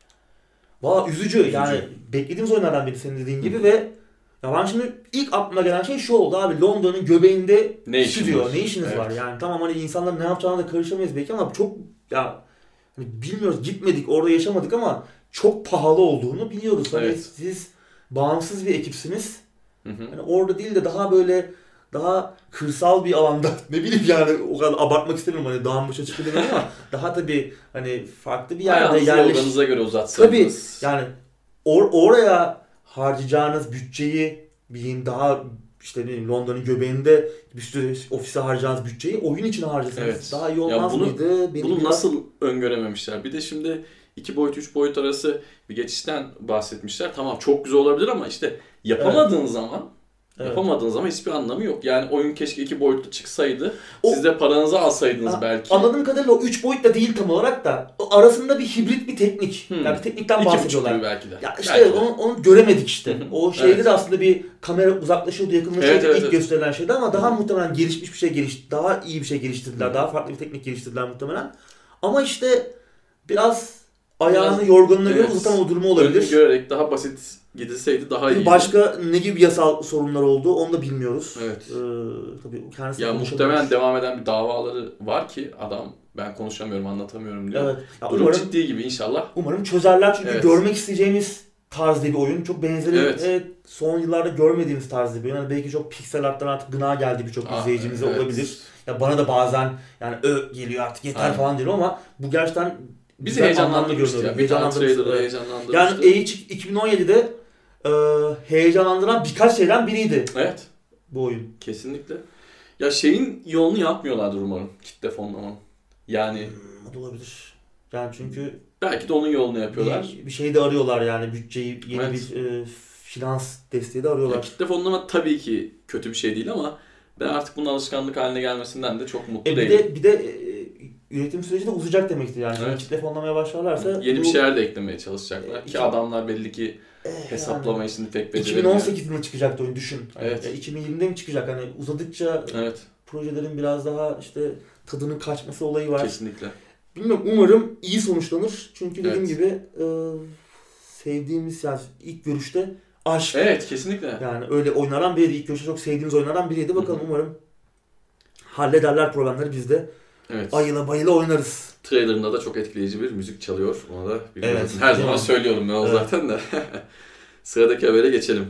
Valla üzücü. üzücü. Yani beklediğimiz oyunlardan biri senin dediğin gibi. Hı. Ve ya ben şimdi ilk aklıma gelen şey şu oldu abi. Londra'nın göbeğinde ne stüdyo. Ne işiniz evet. var? Yani tamam hani insanların ne yapacağına da karışamayız belki ama çok ya hani bilmiyoruz, gitmedik, orada yaşamadık ama çok pahalı olduğunu biliyoruz. Hani evet. siz bağımsız bir ekipsiniz. Hı hı. Hani orada değil de daha böyle daha kırsal bir alanda ne bileyim yani o kadar abartmak istemiyorum hani dağın başa çıkıyor ama daha tabii hani farklı bir yerde yerleş. Ayağınızı göre uzatsanız. Tabii yani or- oraya harcayacağınız bütçeyi bir daha işte Londra'nın göbeğinde bir sürü ofise harcayacağınız bütçeyi oyun için harcasanız evet. daha iyi olmaz bunu, mıydı? Benim bunu biraz... nasıl öngörememişler? Bir de şimdi iki boyut üç boyut arası bir geçişten bahsetmişler. Tamam çok güzel olabilir ama işte yapamadığın evet. zaman Evet. yapamadığınız zaman hiçbir anlamı yok. Yani oyun keşke iki boyutlu çıksaydı. O, siz de paranızı alsaydınız a, belki. Anladığım kadarıyla o üç boyut da değil tam olarak da. O arasında bir hibrit bir teknik. Hmm. Yani bir teknikten bahsediyorlar. belki de. Ya işte belki onu, onu göremedik işte. O şeyde evet. de aslında bir kamera uzaklaşıyordu, yakınlaşıyordu evet, evet, ilk evet. gösterilen şeydi ama daha hmm. muhtemelen gelişmiş bir şey gelişti. Daha iyi bir şey geliştirdiler. Hmm. Daha farklı bir teknik geliştirdiler muhtemelen. Ama işte biraz ayağını biraz, yorganına göre evet. uzatan o durumu olabilir. Önünü görerek daha basit gidilseydi daha iyi. Başka ne gibi yasal sorunlar olduğu onu da bilmiyoruz. Evet. Ee, tabii kendisi ya muhtemelen devam eden bir davaları var ki adam ben konuşamıyorum, anlatamıyorum diyor. Evet. Ya durum umarım, ciddi gibi inşallah. Umarım çözerler çünkü evet. görmek isteyeceğimiz tarzda bir oyun. Çok benzeri evet. Evet, son yıllarda görmediğimiz tarzda bir oyun. Yani belki çok piksel arttan artık gına geldi birçok izleyicimize evet. olabilir. Ya bana da bazen yani ö geliyor artık yeter Aynen. falan diyorum ama bu gerçekten bizi heyecanlandırmıştı ya. Bir tane trailer'ı heyecanlandırmıştı. Yani E üç iki bin on yedide e, heyecanlandıran birkaç şeyden biriydi. Evet. Bu oyun. Kesinlikle. Ya şeyin yolunu yapmıyorlardır umarım. Kitle fonlamanın. Yani. Hmm, o da olabilir. Yani çünkü. Belki de onun yolunu yapıyorlar. Bir, bir şey de arıyorlar yani. Bütçeyi, yeni evet. bir e, finans desteği de arıyorlar. Ya kitle fonlama tabii ki kötü bir şey değil ama ben artık bunun alışkanlık haline gelmesinden de çok mutlu e, değilim. Bir de, bir de e, üretim süreci de uzayacak demektir yani. Evet. Kitle fonlamaya başlarlarsa... Yeni bu... bir şeyler de eklemeye çalışacaklar. E, Ki adamlar belli ki eh, hesaplama yani. işini pek beceremiyor. iki bin on sekiz yılında çıkacaktı oyun düşün. Evet. Yani iki bin yirmide mi çıkacak? Hani uzadıkça evet. projelerin biraz daha işte tadının kaçması olayı var. Kesinlikle. Bilmiyorum, umarım iyi sonuçlanır. Çünkü dediğim evet. gibi e, sevdiğimiz yani ilk görüşte aşk. Evet kesinlikle. Yani öyle oyunlardan biriydi. İlk görüşte çok sevdiğimiz oyunlardan biriydi. Bakalım Hı-hı. umarım hallederler programları biz de. Evet. Ayıla bayıla oynarız. Trailer'ında da çok etkileyici bir müzik çalıyor. Ona da bilmiyorum. Evet, Her zaman söylüyorum ben o evet. zaten de. Sıradaki habere geçelim.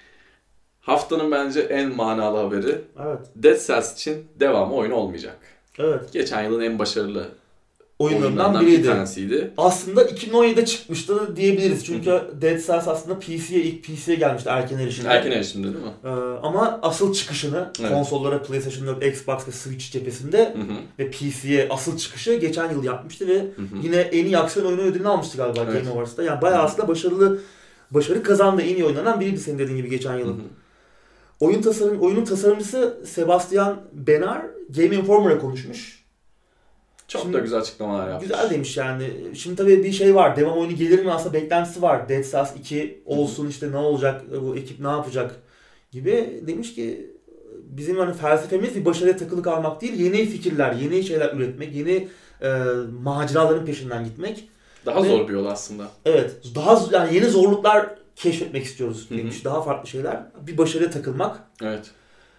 Haftanın bence en manalı haberi. Evet. Dead Cells için devamı oyunu olmayacak. Evet. Geçen yılın en başarılı oyunlarından biriydi. Bir tanesiydi. Aslında iki bin on yedide çıkmıştı diyebiliriz. Çünkü Hı-hı. Dead Cells aslında P C'ye ilk P C'ye gelmişti erken erişimde. Erken erişimde değil mi? Ee, ama asıl çıkışını evet. konsollara PlayStation dört, Xbox ve Switch cephesinde Hı-hı. ve P C'ye asıl çıkışı geçen yıl yapmıştı ve Hı-hı. yine en iyi aksiyon oyunu ödülünü almıştı galiba evet. Game Awards'ta. Yani bayağı Hı-hı. aslında başarılı başarı kazandı. En iyi oynanan biriydi senin dediğin gibi geçen yılın. Hı-hı. Oyun tasarım oyunun tasarımcısı Sebastian Benar Game Informer'a konuşmuş. Çok Şimdi, da güzel açıklamalar yapmış. Güzel demiş yani. Şimdi tabii bir şey var. Devam oyunu gelir mi aslında beklentisi var. Dead Cells iki olsun Hı-hı. işte ne olacak, bu ekip ne yapacak gibi. Demiş ki bizim hani felsefemiz bir başarıya takılı kalmak değil. Yeni fikirler, yeni şeyler üretmek, yeni e, maceraların peşinden gitmek. Daha Ve, zor bir yol aslında. Evet. Daha yani yeni zorluklar keşfetmek istiyoruz demiş. Hı-hı. Daha farklı şeyler. Bir başarıya takılmak. Evet.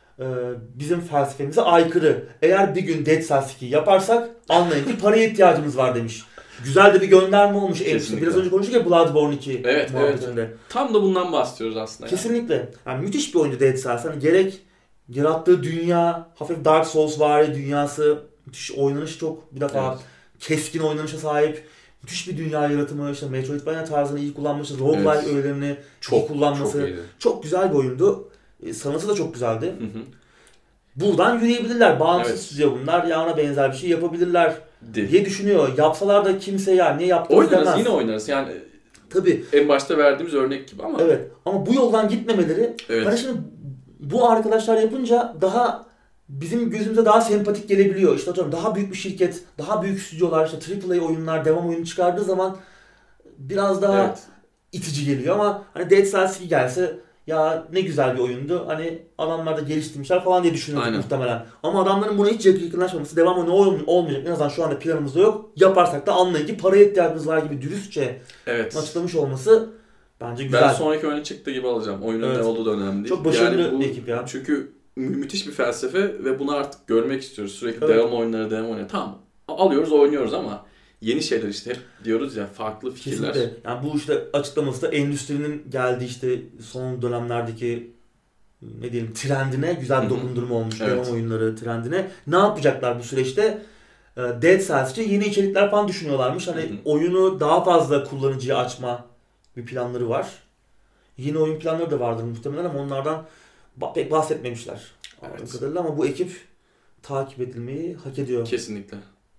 Bizim felsefemize aykırı. Eğer bir gün Dead Cells iki yaparsak anlayın ki paraya ihtiyacımız var demiş. Güzel de bir gönderme olmuş. Kesinlikle. Biraz önce konuştuk ya Bloodborne iki evet, muhabbetinde. Evet. Tam da bundan bahsediyoruz aslında. Kesinlikle. Yani. Yani müthiş bir oyuncu Dead Cells. Yani gerek yarattığı dünya, hafif Dark Souls vari dünyası, Müthiş oynanışı çok bir defa evet. keskin oynanışa sahip. Müthiş bir dünya yaratımı, işte Metroidvania tarzını iyi kullanması, roguelike evet. öğelerini çok, iyi kullanması. Çok, çok güzel bir oyundu. Sanatı da çok güzeldi. Hı hı. Buradan yürüyebilirler. Bağımsız evet. stüdyo bunlar. Ya ona benzer bir şey yapabilirler De. diye düşünüyor. Yapsalar da kimse ya niye yaptığını demez. Oynarız, yine oynarız. Yani tabii. En başta verdiğimiz örnek gibi ama. Evet. Ama bu yoldan gitmemeleri. Evet. Hani şimdi bu arkadaşlar yapınca daha bizim gözümüze daha sempatik gelebiliyor. İşte atıyorum daha büyük bir şirket, daha büyük stüdyolar, işte triple A oyunlar, devam oyunu çıkardığı zaman biraz daha evet. itici geliyor ama hani Dead Cells iki gelse ya ne güzel bir oyundu. Hani adamlar da geliştirmişler falan diye düşünüyorduk muhtemelen. Ama adamların buna hiç yakınlaşmaması, devam oyunu olmayacak. En azından şu anda planımızda yok. Yaparsak da anlayın ki paraya ihtiyacımız var gibi dürüstçe evet. açıklamış olması bence güzel. Ben sonraki oyuna çıktığı gibi alacağım. Oyunun evet. ne olduğu da önemli değil. Çok başarılı yani bu, bir ekip ya. Çünkü mü- müthiş bir felsefe ve bunu artık görmek istiyoruz. Sürekli evet. devam oyunları, devam oyunları. Tamam alıyoruz, oynuyoruz ama yeni şeyler işte hep diyoruz ya, farklı fikirler. Kesinlikle. Yani bu işte açıklaması da endüstrinin geldiği işte son dönemlerdeki ne diyelim trendine güzel bir dokundurma olmuş. Evet. Devam oyunları trendine. Ne yapacaklar bu süreçte? Dead Cells için yeni içerikler falan düşünüyorlarmış. Hani Hı-hı. oyunu daha fazla kullanıcıya açma bir planları var. Yeni oyun planları da vardır muhtemelen ama onlardan pek bahsetmemişler. Evet. Kadarıyla ama bu ekip takip edilmeyi hak ediyor. Kesinlikle.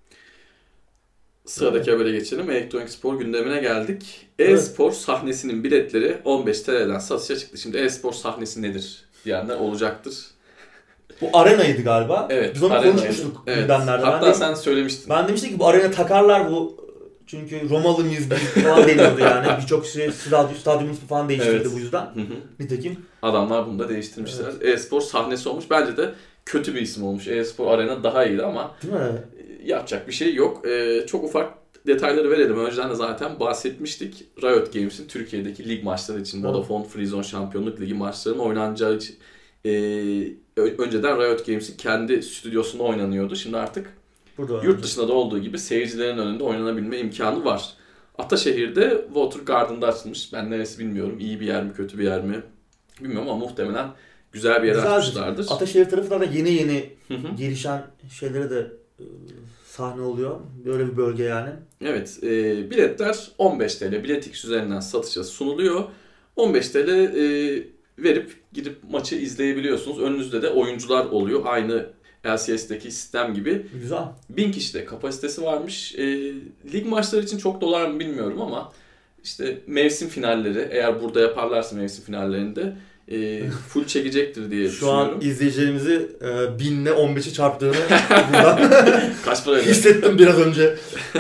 Sıradaki evet. habere geçelim. Elektronik spor gündemine geldik. E-spor evet. sahnesinin biletleri on beş T L'den satışa çıktı. Şimdi e-spor sahnesi nedir diyenler olacaktır. Bu arenaydı galiba. Evet. Biz onu arenaydı. konuşmuştuk. Evet. Hatta ben sen söylemiştin. Ben demiştim ki bu arena takarlar bu. Çünkü Romalı mıyız falan deniyordu yani. Birçok şey stadyum, stadyumun falan değiştirdi evet. bu yüzden. Hı hı. Nitekim. Adamlar bunu da değiştirmişler. Evet. E-spor sahnesi olmuş. Bence de kötü bir isim olmuş. E-spor arena daha iyiydi ama değil mi? Yapacak bir şey yok. Ee, çok ufak detayları verelim. Önceden de zaten bahsetmiştik. Riot Games'in Türkiye'deki lig maçları için evet. Vodafone Freezone Şampiyonluk Ligi maçlarının oynanacağı için e, önceden Riot Games'in kendi stüdyosunda oynanıyordu. Şimdi artık burada yurt dışında da olduğu gibi seyircilerin önünde oynanabilme imkanı var. Ataşehir'de Water Garden'da açılmış. Ben neresi bilmiyorum. İyi bir yer mi, kötü bir yer mi bilmiyorum ama muhtemelen güzel bir yer Güzeldir. açmışlardır. Ataşehir tarafından da yeni yeni gelişen şeyleri de sahne oluyor. Böyle bir bölge yani. Evet. E, biletler on beş T L. Biletix üzerinden satışa sunuluyor. on beş T L e, verip gidip maçı izleyebiliyorsunuz. Önünüzde de oyuncular oluyor. Aynı L C S'deki sistem gibi. Güzel. bin kişi de kapasitesi varmış. E, lig maçları için çok dolar mı bilmiyorum ama işte mevsim finalleri, eğer burada yaparlarsa mevsim finallerinde E, full çekecektir diye Şu düşünüyorum. Şu an izleyicilerimizi e, binle on beşi çarptığını buradan Kaç parayla? hissettim biraz önce.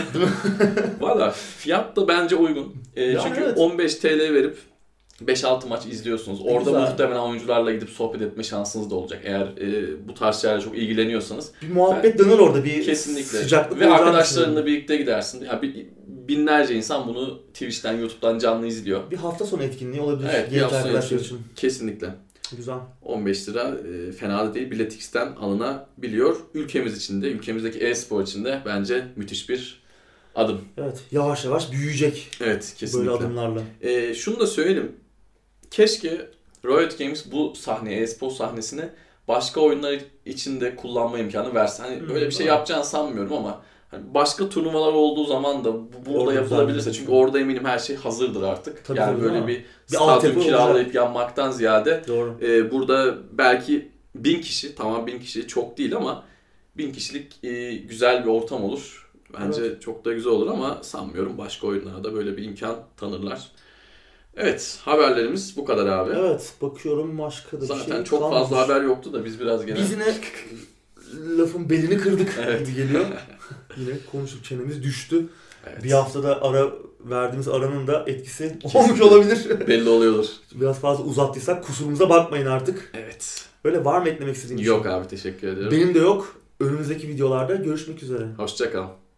Valla fiyat da bence uygun. E, yani çünkü evet. on beş T L verip beş altı maç izliyorsunuz. Orada Güzel. muhtemelen oyuncularla gidip sohbet etme şansınız da olacak. Eğer e, bu tarz şeylerle çok ilgileniyorsanız. Bir muhabbet döner orada. Bir kesinlikle. Sıcaklık ve arkadaşlarınla birlikte gidersin. Ya bir, binlerce insan bunu Twitch'ten, YouTube'dan canlı izliyor. Bir hafta sonu etkinliği olabilir. Evet, genç arkadaşlar için. Kesinlikle. Güzel. on beş lira e, fena da değil. Biletix'ten alınabiliyor. Ülkemiz için de, ülkemizdeki e-spor için de bence müthiş bir adım. Evet, yavaş yavaş büyüyecek. Evet, kesinlikle. Böyle adımlarla. E, şunu da söyleyelim. Keşke Riot Games bu sahneye, e-spor sahnesini başka oyunlar için de kullanma imkanı verse. Hani böyle bir şey yapacağını sanmıyorum ama hani başka turnuvalar olduğu zaman da bu burada orada yapılabilirse, çünkü orada eminim her şey hazırdır artık. Tabii yani böyle bir, bir stadyum kiralayıp olacak. Yanmaktan ziyade e, burada belki bin kişi, tamam bin kişi çok değil ama bin kişilik e, güzel bir ortam olur. Bence evet. çok da güzel olur ama sanmıyorum başka oyunlara da böyle bir imkan tanırlar. Evet, haberlerimiz bu kadar abi. Evet, bakıyorum başka da bir Zaten şey Zaten çok kalmamış. fazla haber yoktu da biz biraz gene... Biz yine lafın belini kırdık evet. gibi geliyor. Yine konuşup çenemiz düştü. Evet. Bir haftada ara verdiğimiz aranın da etkisi Kesinlikle. olmuş olabilir. Belli oluyordur. Biraz fazla uzattıysak kusurumuza bakmayın artık. Evet. Böyle var mı eklemek istediğin Yok şey? Yok abi, teşekkür ederim. Benim de yok. Önümüzdeki videolarda görüşmek üzere. Hoşça kal.